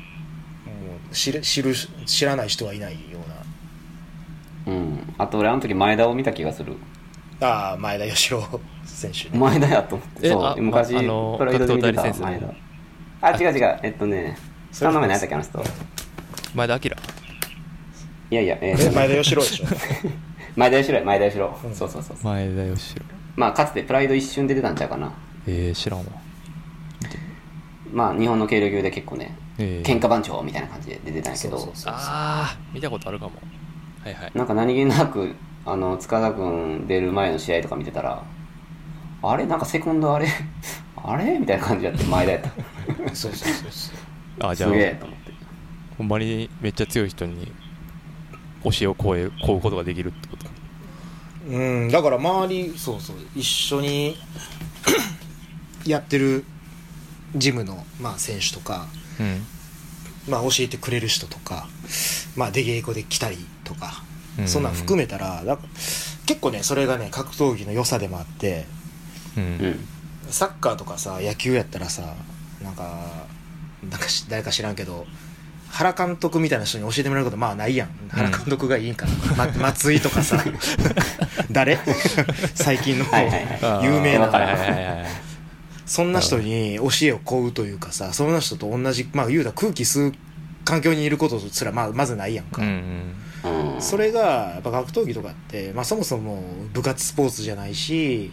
知らない人はいないような。 あと俺あの時前田を見た気がする。 前田義郎選手、ね、 前田やと思って。そう昔プライドで見てた前田。違う下の名前何やったっけあの人。 前田明。 いや前田義郎でしょ前田義郎、そう前田義郎。 まあかつてプライド一瞬で出たんちゃうかな。 知らんわ。 まあ日本の軽量級で結構ね、喧嘩番長みたいな感じで出てたんやけど、 見たことあるかも。 なんか何気なく塚田君出る前の試合とか見てたら、あれなんかセコンドあれみたいな感じやって前田やったそうじゃあすげえと思って、 ほんまにめっちゃ強い人に教えを請うことができるってこと。 だから周り一緒にやってるジムの、選手とか、教えてくれる人とか、出稽古で来たりとか、そんなん含めたら結構ねそれがね格闘技の良さでもあって、サッカーとかさ野球やったらさなんか誰か知らんけど原監督みたいな人に教えてもらうことないやん。原監督がいいんかな、松井とかさ誰最近の有名なそんな人に教えを請うというかさ、そんな人と同じ言うたら空気吸う環境にいることすらまずないやんか。それがやっぱ格闘技とかって、そもそも部活スポーツじゃないし、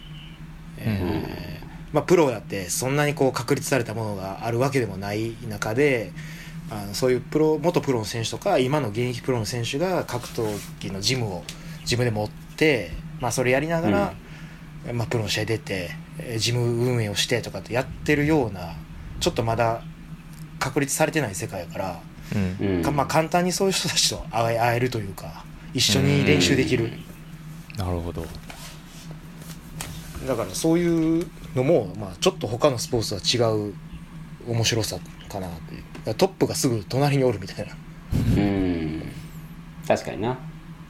プロだってそんなにこう確立されたものがあるわけでもない中で、そういう元プロの選手とか今の現役プロの選手が格闘技のジムを自分で持って、それやりながら、 まあ、プロの試合出てジム運営をしてとかってやってるようなちょっとまだ確立されてない世界やから、 うんまあ、簡単にそういう人たちと会えるというか一緒に練習できる、 なるほど。 だからそういうのも、まあ、ちょっと他のスポーツとは違う面白さかなという。トップがすぐ隣におるみたいな。 確かにな、 うん、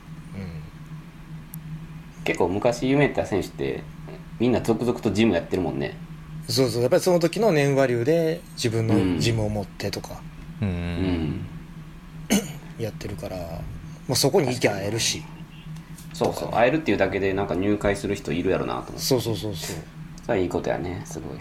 結構昔夢見た選手ってみんな続々とジムやってるもんね。 そうそう、やっぱりその時の年和流で自分のジムを持ってとかやってるから、もうそこに行きゃ会えるし、 そうそう、会えるっていうだけでなんか入会する人いるやろなと思って。 そうそうそうそう、 それはいいことやね、すごい。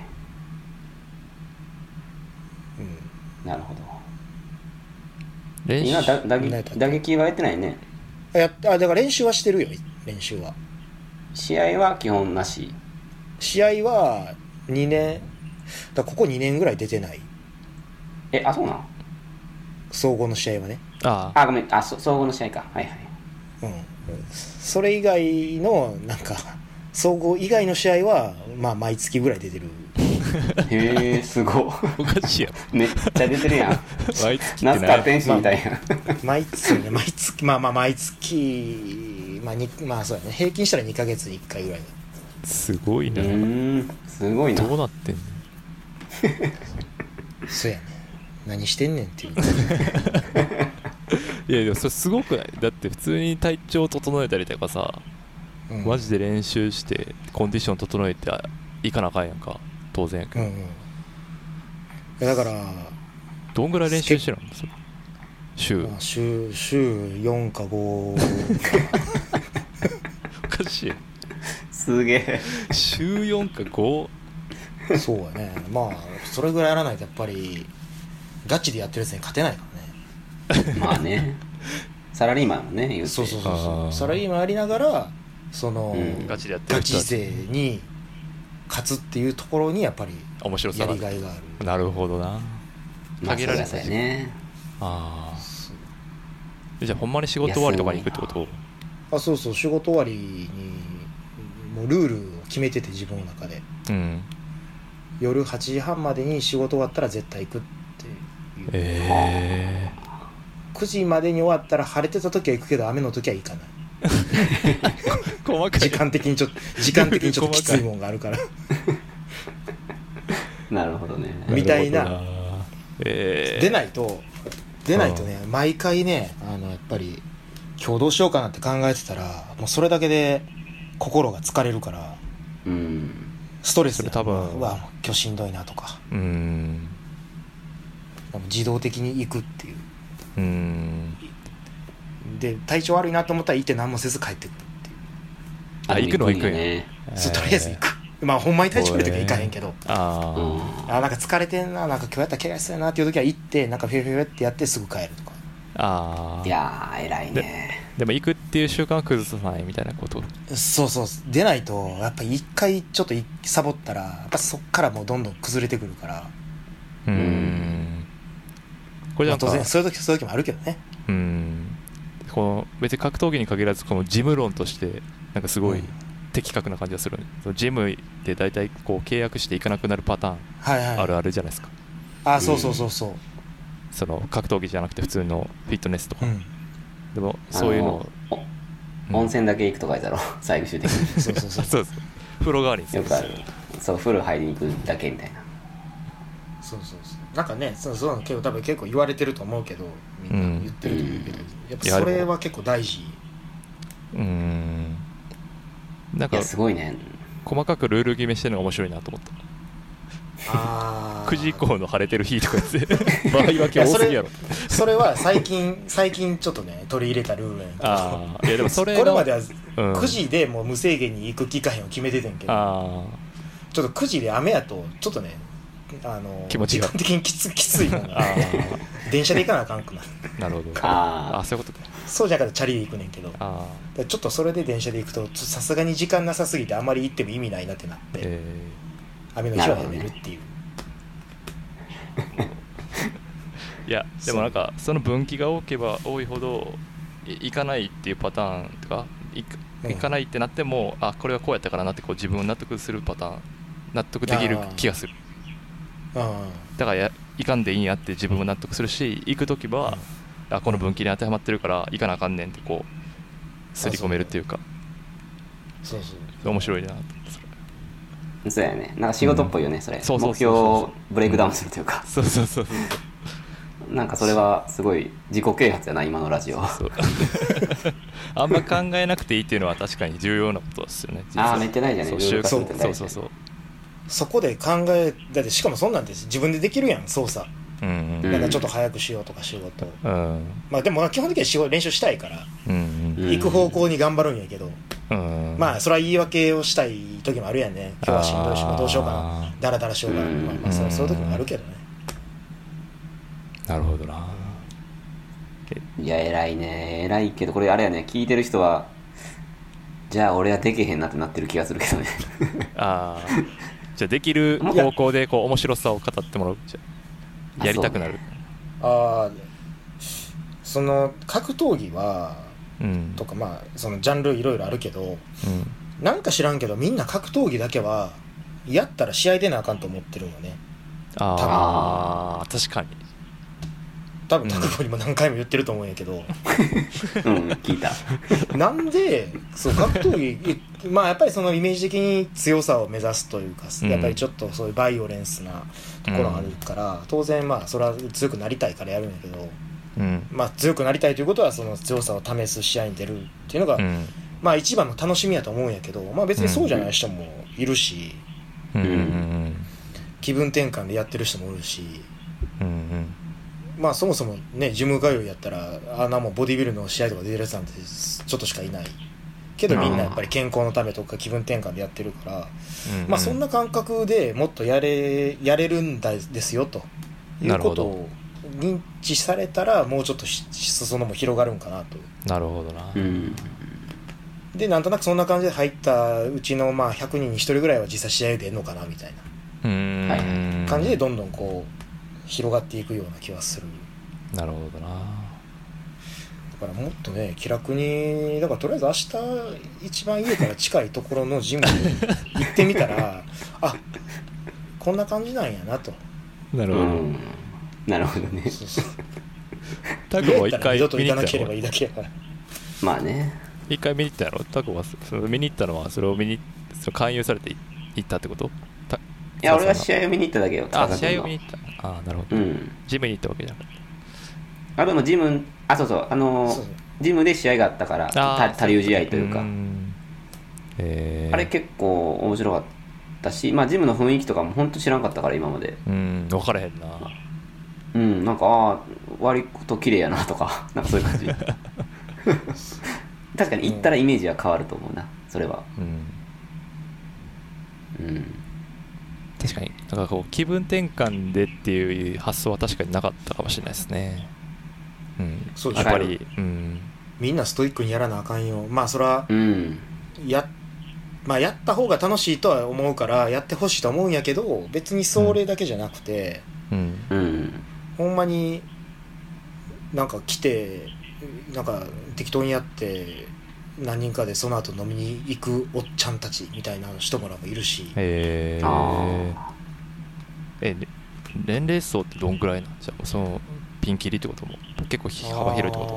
なるほど。 練習今打撃はやってないね。 だから練習はしてるよ。練習は。 試合は基本なし。 試合は2年だ、ここ2年ぐらい出てない。 あ、そうなの？ 総合の試合はね。 あ、ごめん、総合の試合か。はいはい。 それ以外のなんか総合以外の試合はまあ毎月ぐらい出てる。 へえ、すごい。 おかしいやん。 めっちゃ出てるやん。 毎月ってナスカー天使みたいやん。 毎月ね、毎月毎月まあそうやね、平均したら2ヶ月に1回ぐらい。 すごいな。 すごいな。 どうなってんの。 そうやね、何してんねんっていう。 いやでもそれすごくない？だって普通に体調整えたりとかさ、マジで練習してコンディション整えていかなあかんやんか、当然やけど、 だからどんぐらい練習してるの？週 4か5。おかしいよ。 すげえ。 週4か 5？ そうやね。まあそれぐらいやらないとやっぱりガチでやってるやつに勝てないからね。 まあね、サラリーマンもね、言うて。 そうサラリーマンやりながらその、 ガチでやってるガ人チ勢に勝つっていうところにやっぱり面白さがやりがいがある。 なるほどな。 まあ限られたそうやね。 じゃあほんまに仕事終わりとかに行くってこと？ そうそう、仕事終わりにもうルールを決めてて自分の中で、夜8時半までに仕事終わったら絶対行くっていう、9時までに終わったら晴れてた時は行くけど雨の時は行かない。 細かい。 時間的にちょっときついもんがあるからなるほどね。 みたいな。出ないとね、毎回ね、やっぱり今日どうしようかなって考えてたらもうそれだけで心が疲れるから、ストレスで多分今日しんどいなとか、自動的に行くっていう、で体調悪いなと思ったら行って何もせず帰ってくるっていう。 行くのは行くんやね。 とりあえず行く。まあほんまに体調悪い時は行かへんけど、なんか疲れてんな、なんか今日やったら怪我しそうやなっていう時は行ってなんかフェフェってやってすぐ帰るとか。 いやー偉いね。 でも行くっていう習慣は崩さないみたいなこと。 そう出ないとやっぱり一回ちょっとサボったらやっぱそっからもうどんどん崩れてくるから。 これなんか、 当然そういう時もあるけどね。 この別に格闘技に限らずこのジム論としてなんかすごい的確な感じがする。ジムで大体こう契約していかなくなるパターンあるあるじゃないですか。 そうそう。 その格闘技じゃなくて普通のフィットネスとか。でもそういうのを温泉だけ行くとかやだろ、最終的に。 そう風呂代わりにする。 よくある。そう、風呂入りに行くだけみたいな。 そうなんかね、そういうの結構言われてると思うけど、みんな言ってると思うけど、やっぱそれは結構大事。 なんかすごいね。 細かくルール決めしてるのが面白いなと思った。9時以降の晴れてる日とかやって場合分け多すぎやろ。 それは最近ちょっとね取り入れたルールやんけど、 いやでもそれこれまでは9時でもう無制限に行く期間を決めててんけど、ちょっと9時で雨やとちょっとね気持ちが時間的にきついもんが電車で行かなあかんくなる。 なるほど。そういうことか。 そうじゃなかったらチャリで行くねんけど、ちょっとそれで電車で行くとさすがに時間なさすぎてあまり行っても意味ないなってなって、雨の日はやめるっていう。 いやでもなんかその分岐が多ければ多いほど行かないっていうパターンとか行かないってなっても、あこれはこうやったからなってこう自分を納得するパターン、納得できる気がする。だから行かんでいいんやって自分も納得するし、行く時は、あこの分岐に当てはまってるから行かなあかんねんってこう刷り込めるっていうか、そう面白いなと思って。 そうやね、なんか仕事っぽいよね、それ。 そう目標をブレイクダウンするというか、 そうなんかそれはすごい自己啓発やな、今のラジオは。 そうあんま考えなくていいっていうのは確かに重要なことですよね。 ああ、めっちゃ大事だね。 そうそこで考え、だってしかもそんなんです自分でできるやん、操作。なんかちょっと早くしようとか仕事、まあでも基本的には練習したいから、行く方向に頑張るんやけど、まあそれは言い訳をしたい時もあるやんね。今日はしんどいしどうしようかな、ダラダラしようかな、まあそういう時もあるけどね。 なるほどな。 いや偉いね、偉いけどこれあれやね、聞いてる人はじゃあ俺はできへんなってなってる気がするけどね。 ああ、じゃあできる方向でこう面白さを語ってもらう。じゃやりたくなる。 その格闘技は、とかまあそのジャンルいろいろあるけど、なんか知らんけどみんな格闘技だけはやったら試合出なあかんと思ってるよね。 ああ確かに。 多分タクボにも何回も言ってると思うんやけど、 聞いた。 なんでそう格闘技まあやっぱりそのイメージ的に強さを目指すというか、やっぱりちょっとそういうバイオレンスなところがあるから、当然まあそれは強くなりたいからやるんやけど、まあ強くなりたいということはその強さを試す試合に出るっていうのが、まあ一番の楽しみやと思うんやけど、まあ別にそうじゃない人もいるし、気分転換でやってる人もいるし、まあそもそもねジム通いやったらもうボディビルの試合とか出てるやつなんてちょっとしかいないけど、みんなやっぱり健康のためとか気分転換でやってるから、まあそんな感覚でもっとやれるんですよということを認知されたら、もうちょっと裾野も広がるんかなと。 なるほどな。 でなんとなくそんな感じで入ったうちのまあ100人に1人ぐらいは実際試合出んのかなみたいな感じでどんどんこう広がっていくような気はする。 なるほどな。 だからもっとね気楽に、だからとりあえず明日一番家から近いところのジムに行ってみたらあこんな感じなんやなと。 なるほど、 なるほどね。 タクも一回二度と行かなければいいだけやから。 まあね、 一回見に行ったやろ。タクはそれ見に行ったのはそれを見に勧誘されて行ったってこと？ いや俺は試合を見に行っただけよ。 試合を見に行った。なるほど、ジムに行ったわけじゃなかった。 でもジムジムで試合があったから他流試合というか、あれ結構面白かったし、まあジムの雰囲気とかも本当知らんかったから今まで。 分からへんな。 なんか割と綺麗やなとかなんかそういう感じ。確かに行ったらイメージは変わると思うな、それは。 確かにだからこう気分転換でっていう発想は確かになかったかもしれないですね。 そうやっぱり、 みんなストイックにやらなあかんよ。まあそれは、やった方が楽しいとは思うからやってほしいと思うんやけど、別にそれだけじゃなくて、ほんまになんか来てなんか適当にやって何人かでその後飲みに行くおっちゃんたちみたいな人もいるし。 年齢層ってどんくらいなんじゃ、そのピンキリってことも結構幅広いってこと？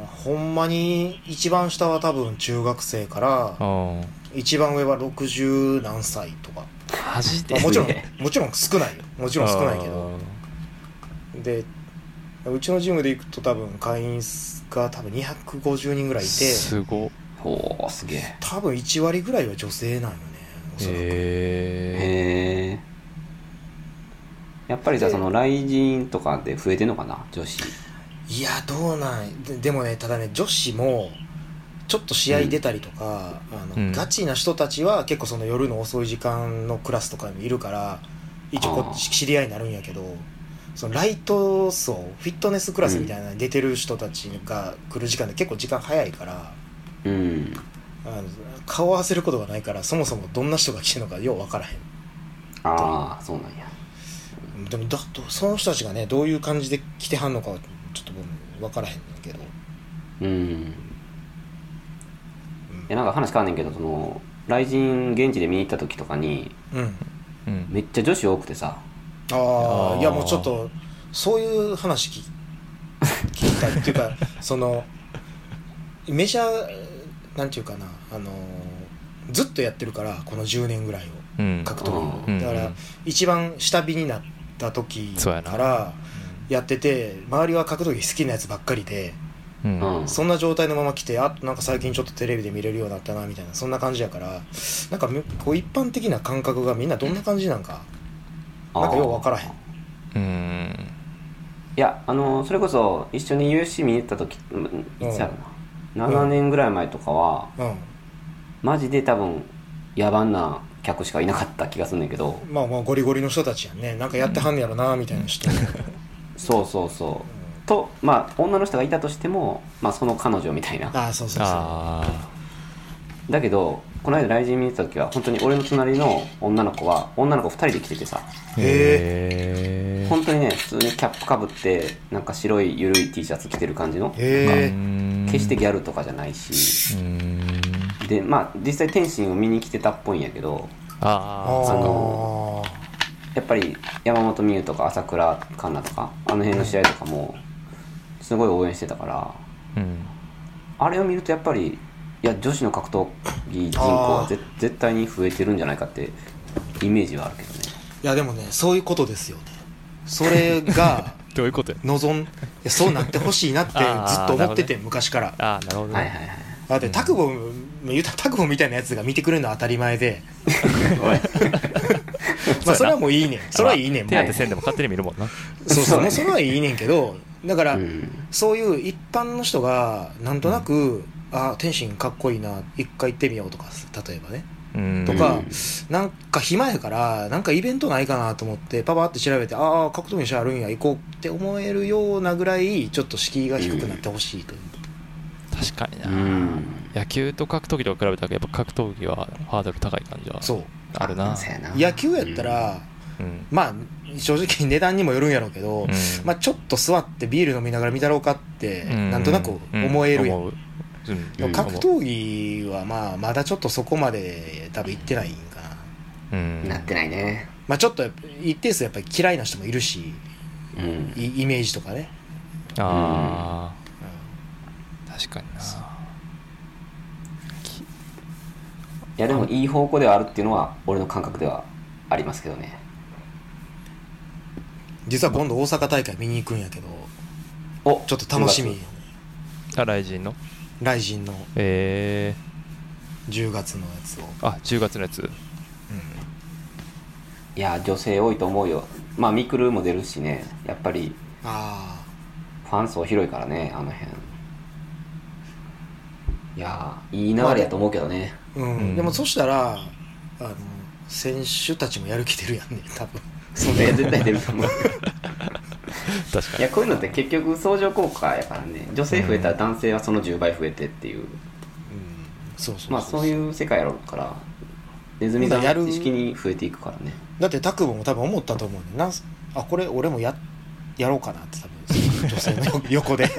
ほんまに一番下は多分中学生から一番上は60何歳とか。 マジで？ もちろん少ないよ。もちろん少ないけど。でうちのジムで行くと多分会員が多分250人ぐらいいて、 すごっ、すげえ。 多分1割ぐらいは女性なんよね、おそらく。 やっぱりじゃあその雷神とかで増えてんのかな、女子。 いやどうなんでもね、ただね女子もちょっと試合出たりとか、ガチな人たちは結構その夜の遅い時間のクラスとかにもいるから一応こっち知り合いになるんやけど、そのライト層フィットネスクラスみたいなのに出てる人たちが来る時間で結構時間早いから、顔合わせることがないからそもそもどんな人が来てるのかよう分からへん。 そうなんや。 でもその人たちがねどういう感じで来てはんのかはちょっと分からへんねんけど、 やなんか話変わんねんけど、その雷神現地で見に行った時とかにうんめっちゃ女子多くてさ、 いやもうちょっとそういう話聞きたいっていうかそのメジャーなんていうかな、ずっとやってるからこの10年ぐらいを格闘技を、 うんだから一番下火になった時そうやなからやってて、周りは格闘技好きなやつばっかりで、 うんそんな状態のまま来て、なんか最近ちょっとテレビで見れるようになったなみたいな、そんな感じやから、なんかこう一般的な感覚がみんなどんな感じなんか、なんかよう分からへん。 いやそれこそ一緒に UFC 見に行った時いつやろな、7年ぐらい前とかは、マジで多分野蛮な客しかいなかった気がするんだけど、 まあゴリゴリの人たちやんね、なんかやってはんねやろなみたいな人、 そうそうそう、とまあ女の人がいたとしても、まあその彼女みたいな。 そうだけどこの間雷神見に行った時は本当に俺の隣の女の子2人で来ててさ、本当にね普通にキャップかぶってなんか白いゆるい T シャツ着てる感じの、決してギャルとかじゃないし、でまあ実際天心を見に来てたっぽいんやけど、やっぱり山本美宇とか朝倉環奈とかあの辺の試合とかもすごい応援してたから、あれを見るとやっぱりいや女子の格闘技人口は絶対に増えてるんじゃないかってイメージはあるけどね。 いやでもねそういうことですよね。それがどういうことや。 そうなってほしいなってずっと思ってて、昔から。 なるほどね。 だってタクボみたいなやつが見てくれるのは当たり前でまあそれはもういいねん、それはいいねん、 手当てせんでも勝手に見るもんな。 そうもうそれはいいねんけど、だからそういう一般の人がなんとなく天心かっこいいな一回行ってみようとか、例えばねとか、なんか暇やからなんかイベントないかなと思ってパパって調べて、格闘技の試合あるんや行こうって思えるようなぐらいちょっと敷居が低くなってほしいという。 確かにな、野球と格闘技と比べたらやっぱ格闘技はハードル高い感じはあるな。 野球やったら、まあ正直値段にもよるんやろうけど、まあちょっと座ってビール飲みながら見たろうかってなんとなく思えるやん。格闘技はまあまだちょっとそこまで多分行ってないんかな、 なってないね。 まあちょっと一定数やっぱり嫌いな人もいるし、イメージとかね。 確かにな。 いやでもいい方向ではあるっていうのは俺の感覚ではありますけどね。 実は今度大阪大会見に行くんやけど、ちょっと楽しみ。 雷神の 10月のやつを。 10月のやつ。 いや女性多いと思うよ。まあミクルも出るしね、やっぱりファン層広いからね、あの辺。いやいい流れやと思うけどね。 でもそしたら選手たちもやる気出るやんね、多分。 絶対出ると思う確かに。 いやこういうのって結局相乗効果やからね。女性増えたら男性はその10倍増えてっていう、まあそういう世界やろうから、ネズミさん式に増えていくからね。 だってタクボも多分思ったと思うね。これ俺もやろうかなって多分女性の横で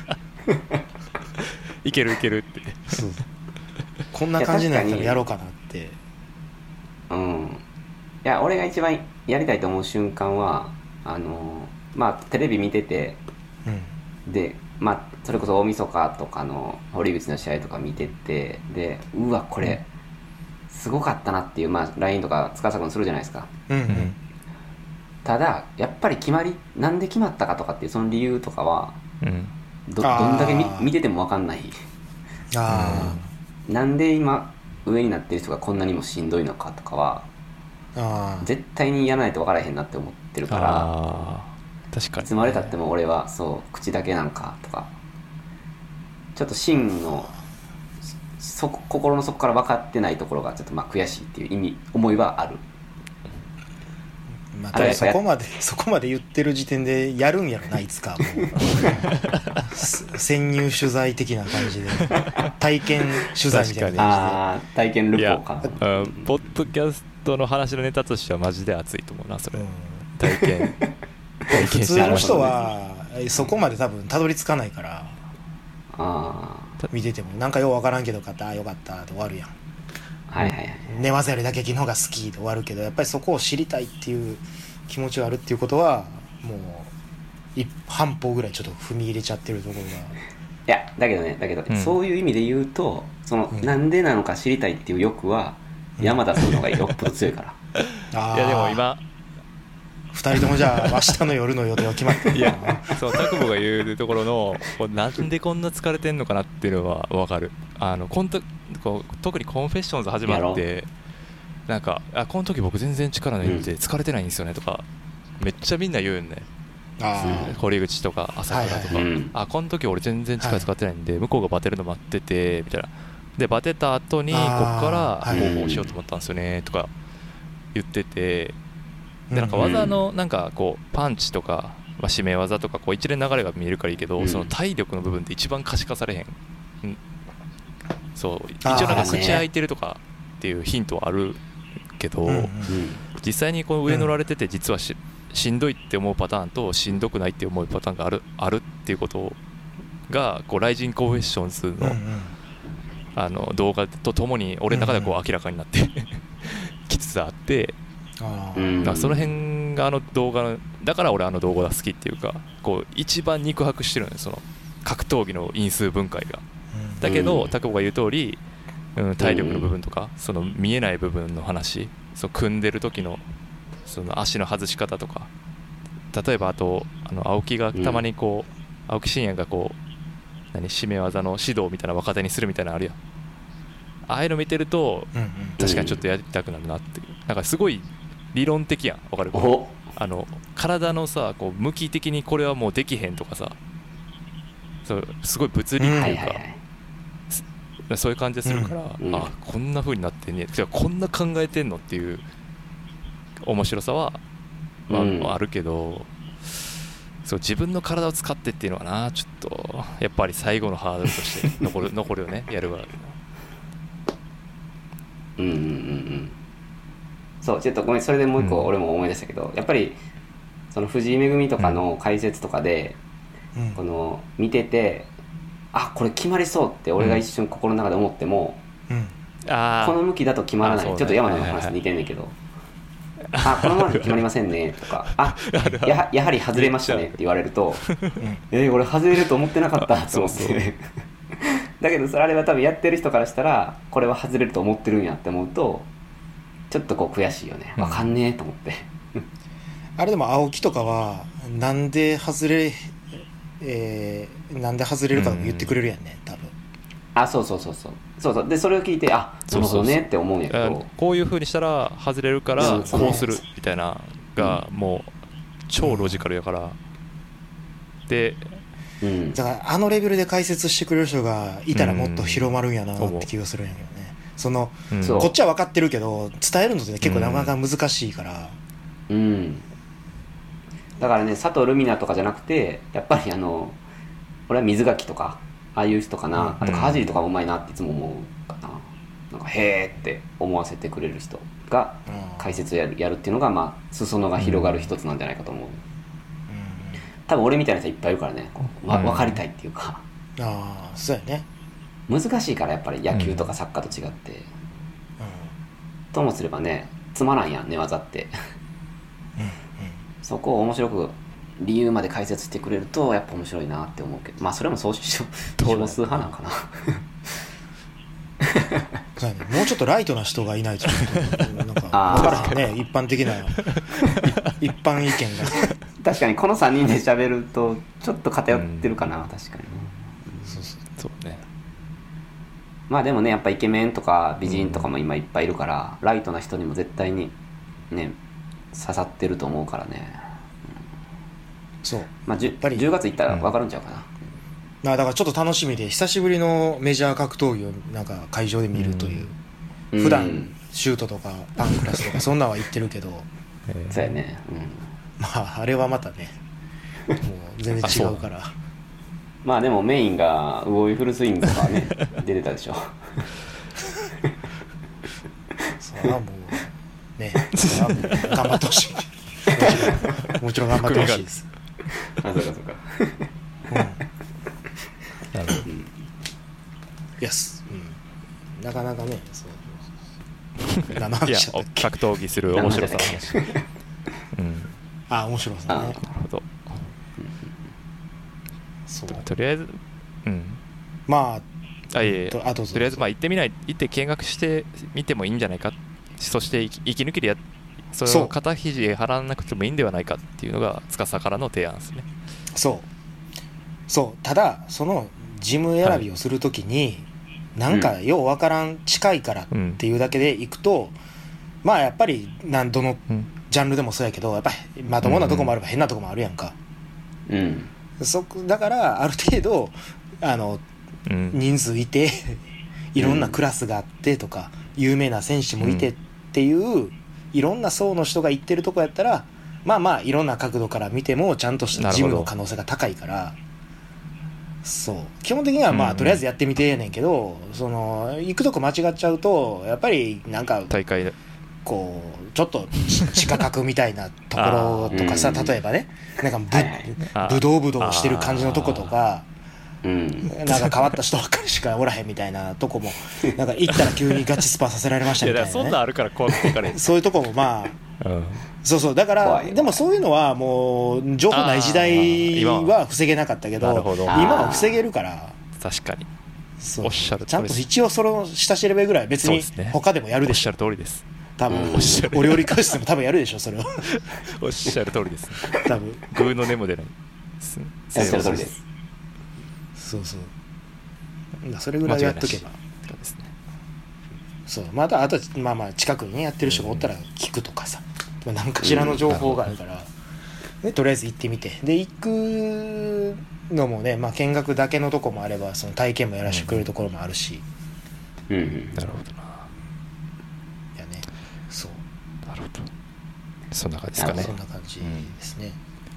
いけるってこんな感じになったらやろうかなって。 いや俺が一番やりたいと思う瞬間はまあテレビ見てて、でまあそれこそ大晦日とかの堀口の試合とか見てて、でうわこれすごかったなっていう、まあ LINE とか司君するじゃないですか。ただやっぱりなんで決まったかとかっていうその理由とかは、どんだけ見てても分かんない。なんで今上になってる人がこんなにもしんどいのかとかは絶対にやらないと分からへんなって思ってるから。 確かに、 いつまでたっても俺は口だけなんかとか、ちょっと真の心の底から分かってないところがちょっとまあ悔しいっていう思いはある。 まあ、そこまで言ってる時点でやるんやろな、いつかもう潜入取材的な感じで体験取材みたいな感じで体験ルポか。 ポッドキャストの話のネタとしてはマジで熱いと思うな、それ。体験普通の人はそこまで多分たどり着かないから。 確見ててもなんかようわからんけど勝ったよかったで終わるやん。 はいはいはい。 寝技より打撃の方が好きで終わるけど、やっぱりそこを知りたいっていう気持ちがあるっていうことはもう半歩ぐらいちょっと踏み入れちゃってるところが。 いやだけど、そういう意味で言うとその、なんでなのか知りたいっていう欲は、山田さんの方がよっぽど強いからいやでも今 2人ともじゃあ明日の夜の予定は決まってる。 いやそう田久保が言うところのなんでこんな疲れてんのかなっていうのは分かる。特にコンフェッションズ始まってなんかこの時僕全然力抜いて疲れてないんですよねとか、めっちゃみんな言うんね。堀口とか朝倉とか、この時俺全然力使ってないんで、向こうがバテるの待っててみたいな。でバテた後にこっからこうしようと思ったんですよねとか言ってて、でなんか技のなんかこうパンチとか、締め技とかこう一連流れが見えるからいいけど、その体力の部分って一番可視化されへん。そう一応なんか口開いてるとかっていうヒントはあるけど、実際にこう上乗られてて実はしんどいって思うパターンとしんどくないって思うパターンがあるっていうことがこうライジンコンフェッションズの動画とともに俺の中でこう明らかになってきつつあって、だからその辺が動画だから俺動画が好きっていうか、こう一番肉薄してるのよ、その格闘技の因数分解が。だけど田久保が言う通り、体力の部分とかその見えない部分の話、そう組んでる時のその足の外し方とか、例えばあと青木がたまにこう、青木真也がこう締め技の指導みたいな若手にするみたいなのあるやん。ああいうの見てると、確かにちょっとやりたくなるなっていう。なんかすごい理論的やん、わかる？体のさこう向き的にこれはもうできへんとかさ、そうすごい物理っていうか、そういう感じするから、こんな風になってんねや、こんな考えてんのっていう面白さは、あるけど、そう自分の体を使ってっていうのはな、ちょっとやっぱり最後のハードルとして残るよね、やるわ。 そうちょっとごめん、それでもう一個俺も思い出したけど、やっぱりその藤井恵とかの解説とかで、この見ててこれ決まりそうって俺が一瞬心の中で思っても、この向きだと決まらない、ちょっと山野の話似てんねんけど、このままで決まりませんねとかやはり外れましたねって言われると俺外れると思ってなかったと思ってだけどあれは多分やってる人からしたらこれは外れると思ってるんやって思うとちょっとこう悔しいよね。わかんねえと思ってあれでも青木とかはなんで外れるかも言ってくれるやんね、多分。 そうでそれを聞いてなるほどねって思うんやけど、 こういう風にしたら外れるからこうするみたいながもう超ロジカルやから、でだからレベルで解説してくれる人がいたらもっと広まるんやなって気がするんやけどね。こっちは分かってるけど伝えるのって結構なかなか難しいから、 だからね、佐藤ルミナとかじゃなくてやっぱり俺は水垣とかああいう人かな、あと川尻とかもうまいなっていつも思うかな。なんかへーって思わせてくれる人が解説をやるっていうのが、裾野が広がる一つなんじゃないかと思う。多分俺みたいな人いっぱいいるからね、分かりたいっていうか。 そうやね。 難しいからやっぱり野球とかサッカーと違って、ともすればねつまらんやん寝技ってそこを面白く理由まで解説してくれるとやっぱ面白いなって思うけど、それも少数派なんかなそうやね、もうちょっとライトな人がいないとちょっとなんか分からへんね、一般的な一般意見が確かにこの3人で喋るとちょっと偏ってるかな、確かに。 そうね。 でもねやっぱイケメンとか美人とかも今いっぱいいるから、ライトな人にも絶対にね刺さってると思うからね。 そう、 10月行ったら分かるんちゃうかな。 だからちょっと楽しみで、久しぶりのメジャー格闘技をなんか会場で見るという、普段シュートとかパンクラスとかそんなんは言ってるけどそうやね、 あれはまたねもう全然違うから。 でもメインがウォイフルスイングとかね出てたでしょそれはもうね、それはもう頑張ってほしいもちろん頑張ってほしいです。 そうかいやなかなかね何の話だったっけ。 格闘技する面白さの話面白さね。 なるほど。 そうとりあえずまあとりあえず行って見学してみてもいいんじゃないか。そして息抜きでそれを肩肘張らなくてもいいんではないかっていうのが司からの提案ですね。 そうただそのジム選びをするときに、なんかようわからん近いからっていうだけで行くと、まあやっぱりどのジャンルでもそうやけど、やっぱりまともなとこもあれば変なとこもあるやんか。だからある程度人数いていろんなクラスがあってとか、有名な選手もいてっていういろんな層の人が行ってるとこやったら、まあいろんな角度から見てもちゃんとしたジムの可能性が高いから、そう基本的にはとりあえずやってみてやねんけど、行くとこ間違っちゃうとやっぱりなんか大会でこうちょっと地下格みたいなところとかさ、例えばねなんかブドウしてる感じのとことか、なんか変わった人ばっかりしかおらへんみたいなとこもなんか行ったら急にガチスパさせられましたみたいな、ね、 いやそんなんあるから怖くてかねそういうとこもそうだからでもそういうのはもう情報ない時代は防げなかったけど今は防げるから。 確かにそうおっしゃるちゃんと一応その下調べぐらい別に他でもやるでしょ。 おっしゃる通りです。 多分お料理教室でも多分やるでしょそれをおっしゃる通りです。 多分グーの根も出ないおっしゃる通りです。 そうそれぐらいやっとけばですね。そうあと近くにねやってる人がおったら聞くとかさ、何かしらの情報があるから、とりあえず行ってみて、で行くのもね、見学だけのとこもあればその体験もやらせてくれるところもあるし、 なるほどな。 やね、そうなるほど。そんな感じですかね。 そんな感じですね。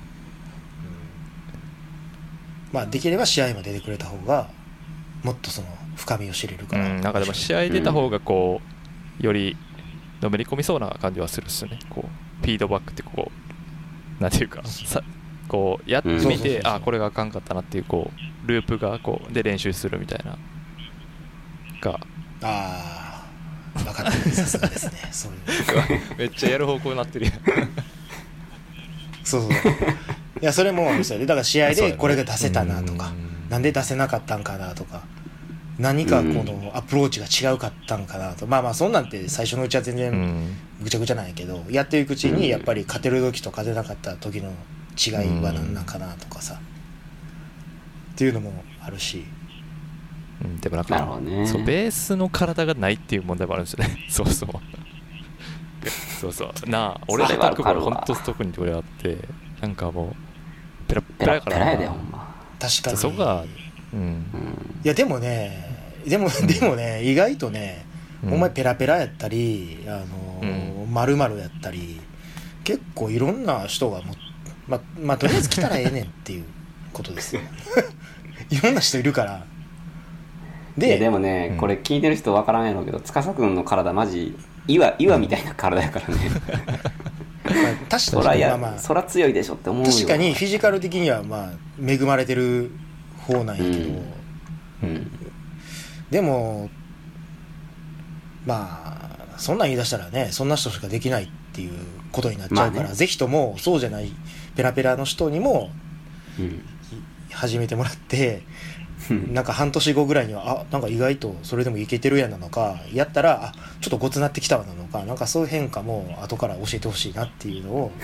できれば試合も出てくれた方がもっとその深みを知れるから、 なんかでも試合出た方がこうよりのめり込みそうな感じはするっすよね。こうフィードバックってこうなんていうかこうやってみてこれがあかんかったなっていうこうループがこうで練習するみたいなが分かってる。さすがですね。そういうめっちゃやる方向になってるやんそういやそれもだから試合でこれが出せたなとか、なんで出せなかったんかなとか、何かこのアプローチが違うかったんかなと、そんなんて最初のうちは全然ぐちゃぐちゃなんやけど、やっていくうちにやっぱり勝てる時と勝てなかった時の違いは何なんかなとかさ、っていうのもあるし、 でもなんかそうベースの体がないっていう問題もあるんですよね。そうなあ、俺のタクボール本当特にこれあって、なんかもうペラペラやからペラやでほんま。 確かにそこがいやでもね意外とね、お前ペラペラやったり丸々やったり結構いろんな人がとりあえず来たらええねんっていうことですよいろんな人いるからでもね、これ聞いてる人分からんやろうけど、司君の体マジ岩みたいな体やからね確かにそら強いでしょって思うよ。 確かにフィジカル的には恵まれてる方なんやけど、でもそんなん言い出したらね、そんな人しかできないっていうことになっちゃうから、ぜひともそうじゃないペラペラの人にも始めてもらってなんか半年後ぐらいにはなんか意外とそれでもいけてるやんなのか、やったらちょっとごつなってきたわなのか、なんかそういう変化も後から教えてほしいなっていうのを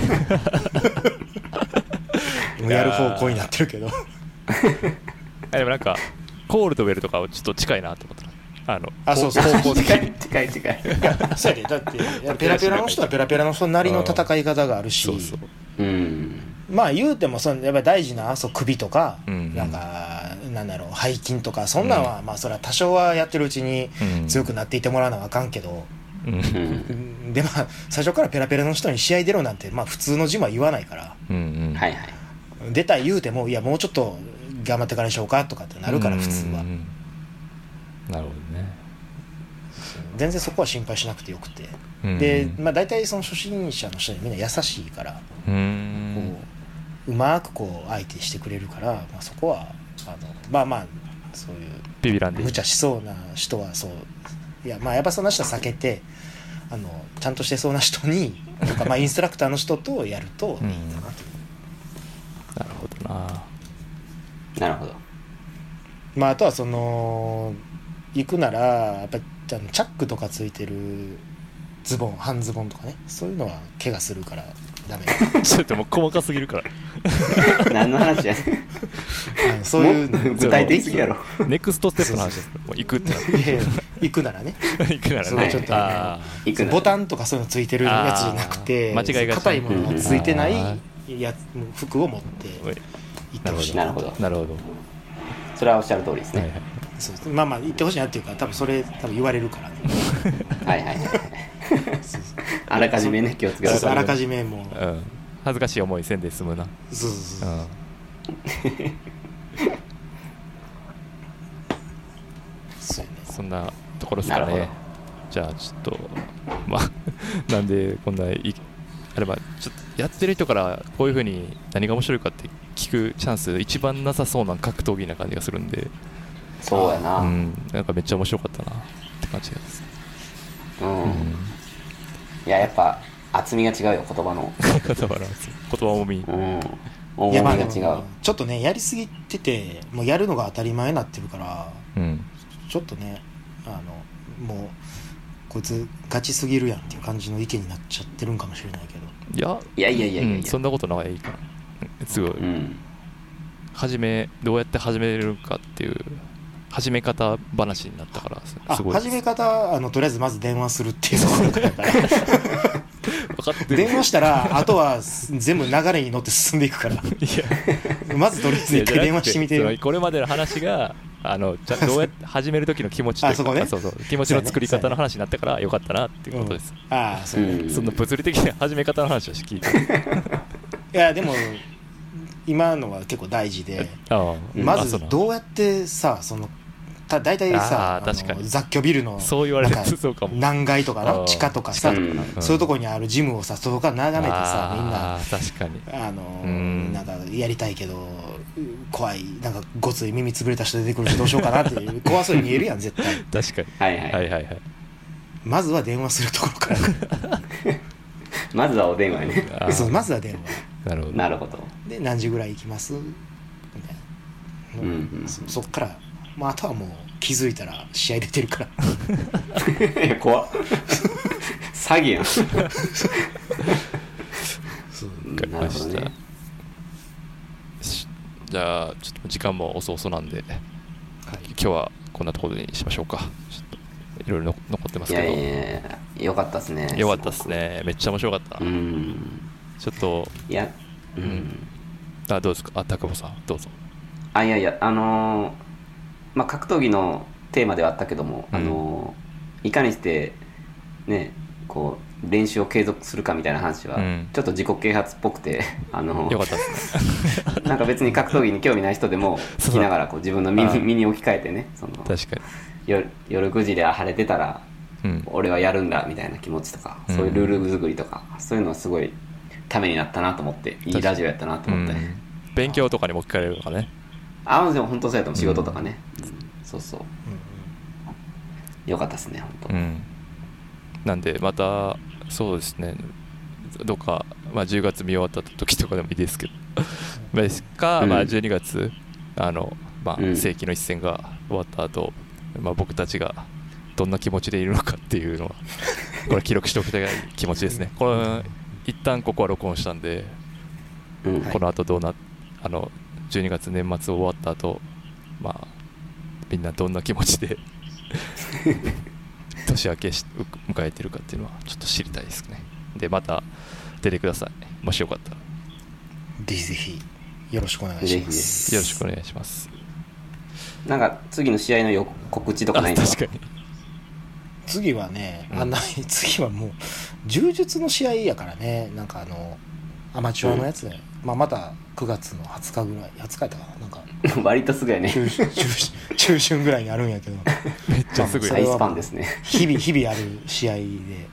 もうやる方向になってるけどでもなんかコールドウェルとかはちょっと近いなと思ったそう近いそうやで、だってペラペラの人はペラペラの人なりの戦い方があるし、言うてもやっぱり大事な首とか、なんだろう背筋とかそんなんは、それは多少はやってるうちに強くなっていってもらうのはあかんけど、で最初からペラペラの人に試合出ろなんて普通のジムは言わないから、出たい言うてももうちょっと頑張ってからでしょうかとかってなるから、普通は。 なるほどね。 全然そこは心配しなくてよくて、で大体その初心者の人にみんな優しいから、うまく相手してくれるから、そこはそういうビビらんでいい無茶しそうな人はそういやまあやっぱそんな人は避けてちゃんとしてそうな人にとかまあインストラクターの人とやるといいかなと、 なるほどな。 なるほど。 まああとはその行くならやっぱりチャックとかついてるズボン半ズボンとかねそういうのは怪我するからダメちょっともう細かすぎるから何の話やねそういうのもっと具体的やろ。 ネクストステップの話です。もう行くってなっていや行くならね行くならね。 そうちょっとあ行くなボタンとかそういうのついてるやつじゃなくて間違いがち硬いものがついてないあや服を持ってー行ってほしいなるほど。 なるほど。 それはおっしゃる通りですね。 はいはい。 そうですまあまあ言ってほしいなっていうか多分それ多分言われるから、ね、 はいはいはい。あらかじめね、気をつけろと。 あらかじめもううん。恥ずかしい思いせんで済むな。 そうそうそう、 うん。 そうやねそんなところですかねなるほど。 じゃあちょっとまあなんでこんないあればちょっとやってる人からこういう風に何が面白いかって聞くチャンス一番なさそうな格闘技な感じがするんで、 そうやな。 うん、なんかめっちゃ面白かったなって感じです。 うん。いや、やっぱ、厚みが違うよ、言葉の。 言葉重み。 うん。重みいやまあが違う。 ちょっとねやりすぎててもうやるのが当たり前になってるからうん。 ちょっとねもうこいつガチすぎるやんっていう感じの意見になっちゃってるんかもしれないけどいや、 いやいやいやいやいや。 そんなことないかな。すごい。 うん。 どうやって始めるかっていう始め方話になったからすごいです。 始め方とりあえずまず電話するっていうところから分かってる。 電話したらあとは全部流れに乗って進んでいくからいやまずとりあえず一回電話してみてよそのこれまでの話がじゃどうやって始める時の気持ちというかそこねそう気持ちの作り方の話になったからよかったなっていうことです。 そうね、 うんその物理的な始め方の話は聞いていやでも今のは結構大事でまずどうやってさ大体さ確かに雑居ビルのそう言われるとそうかも。 何階とかな地下とかさ、 うんそういうところにあるジムをさそこから眺めてさみんな確かになんかやりたいけど怖いなんかごつい耳つぶれた人出てくるしどうしようかなっていう怖そうに見えるやん絶対確かにはいはい。 はいはいはい。 まずは電話するところからまずはお電話ね。 そうまずは電話なるほど。 なるほど。 で何時ぐらい行きますみたいな、 うんうんそっからあとはもう気づいたら試合出てるからいや、怖っ。詐欺やん。 わかりました。 なるほどね。 じゃあちょっと時間も遅々なんで、今日はこんなところにしましょうか。ちょっといろいろ残ってますけど。 いやいやいや、よかったですね。 よかったですね。めっちゃ面白かった。 うん。 ちょっといや、うん。 どうですか。高保さんどうぞ。 いやいや、格闘技のテーマではあったけども、いかにしてねこう練習を継続するかみたいな話は、ちょっと自己啓発っぽくてよかったですねなんか別に格闘技に興味ない人でも聞きながらこう自分の身に置き換えてね確か夜9時で晴れてたら、 に、 俺はやるんだみたいな気持ちとか、そういうルール作りとかそういうのはすごいためになったなと思って、いいラジオやったなと思って、 勉強とかにも聞かれるのかね。 でも本当そうやと思う。仕事とかね、そうそう、よかったですね本当、 なんでまたそうですね、どっか、10月見終わった時とかでもいいですけど12月世紀の一戦が終わった後、僕たちがどんな気持ちでいるのかっていうのはこれ記録しておきたい気持ちですね。これ一旦ここは録音したんで、この後12月年末終わった後、みんなどんな気持ちで年明け迎えてるかっていうのはちょっと知りたいですね。でまた出てください、もしよかったら。 ぜひぜひよろしくお願いします。 よろしくお願いします。 なんか次の試合の告知とかないんですか？ 確かに次はね、次はもう柔術の試合やからね。なんかアマチュアのやつで、また9月の20日ぐらい20日やったかな、なんか割とすぐやね。 中旬ぐらいにあるんやけどめっちゃすぐや。 ハイスパンですね。 日々ある試合で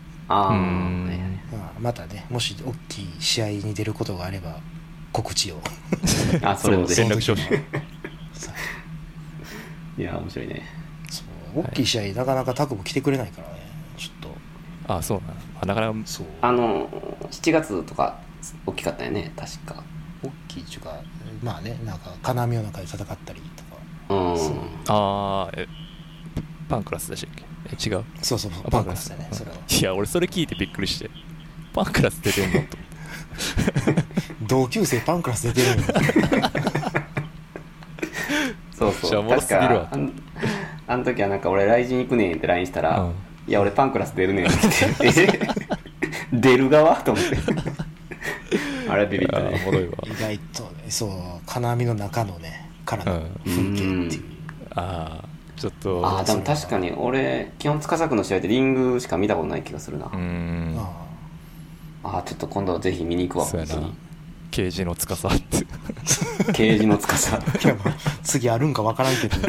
またね、もし大きい試合に出ることがあれば告知をそれも連絡してほしい。 いや面白いね。 そう大きい試合、なかなかタクも来てくれないからね、ちょっと。 あそうなの、なかなか。 そう 7月とか大きかったよね確か。 大きいっていうか、まあね、なんか金網の中で戦ったりとか。そうああ、パンクラスでしたっけ？違う。 そうそうパンクラスだね、それは。 いや俺それ聞いてびっくりして、パンクラス出てんのと同級生パンクラス出てるんよ。 そうそう、確かあの時はなんか俺来人行くねんって LINE したら、いや俺パンクラス出るねんって言って出る側と思ってあれビビったね。 おもろいわ。 意外とね、そう金網の中のねからの風景っていう。 ああちょっと。 ああでも確かに俺基本司君の試合でリングしか見たことない気がするな。ああちょっと今度はぜひ見に行くわ。 そうやな、ケージの司ってケージの司いや、まあ、次あるんか分からんけど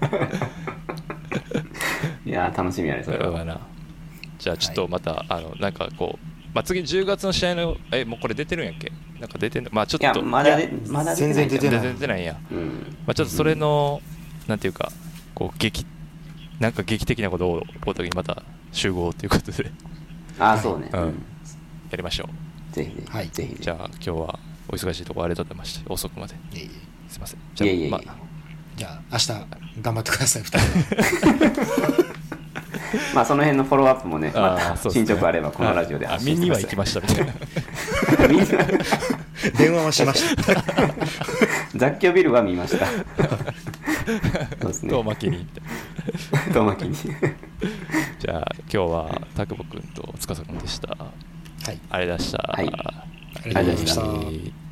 いや楽しみやねそれはな。じゃあちょっとまた、なんかこう、まあ、次10月の試合のもうこれ出てるんやっけ？なんか出てんの？まあちょっと。 いやまだ全然出てない。 出てないんや。 うんまあちょっとそれのなんていうかこうなんか劇的なことをこう時にまた集合ということで。 ああそうね。 やりましょう。ぜひね。 はい。 ぜひ。 じゃあ今日はお忙しいところありがとうございました。遅くまで。すいません。 じゃあじゃあ明日頑張ってください2人。 まあその辺のフォローアップもね、また進捗あればこのラジオで発信してください。見には行きましたみたいな。 電話はしました。 雑居ビルは見ました。そうですね。 遠巻きに。 遠巻きに。 じゃあ今日は田久保君と司君でした。 はい。 ありがとうございました。 はい。 ありがとうございました。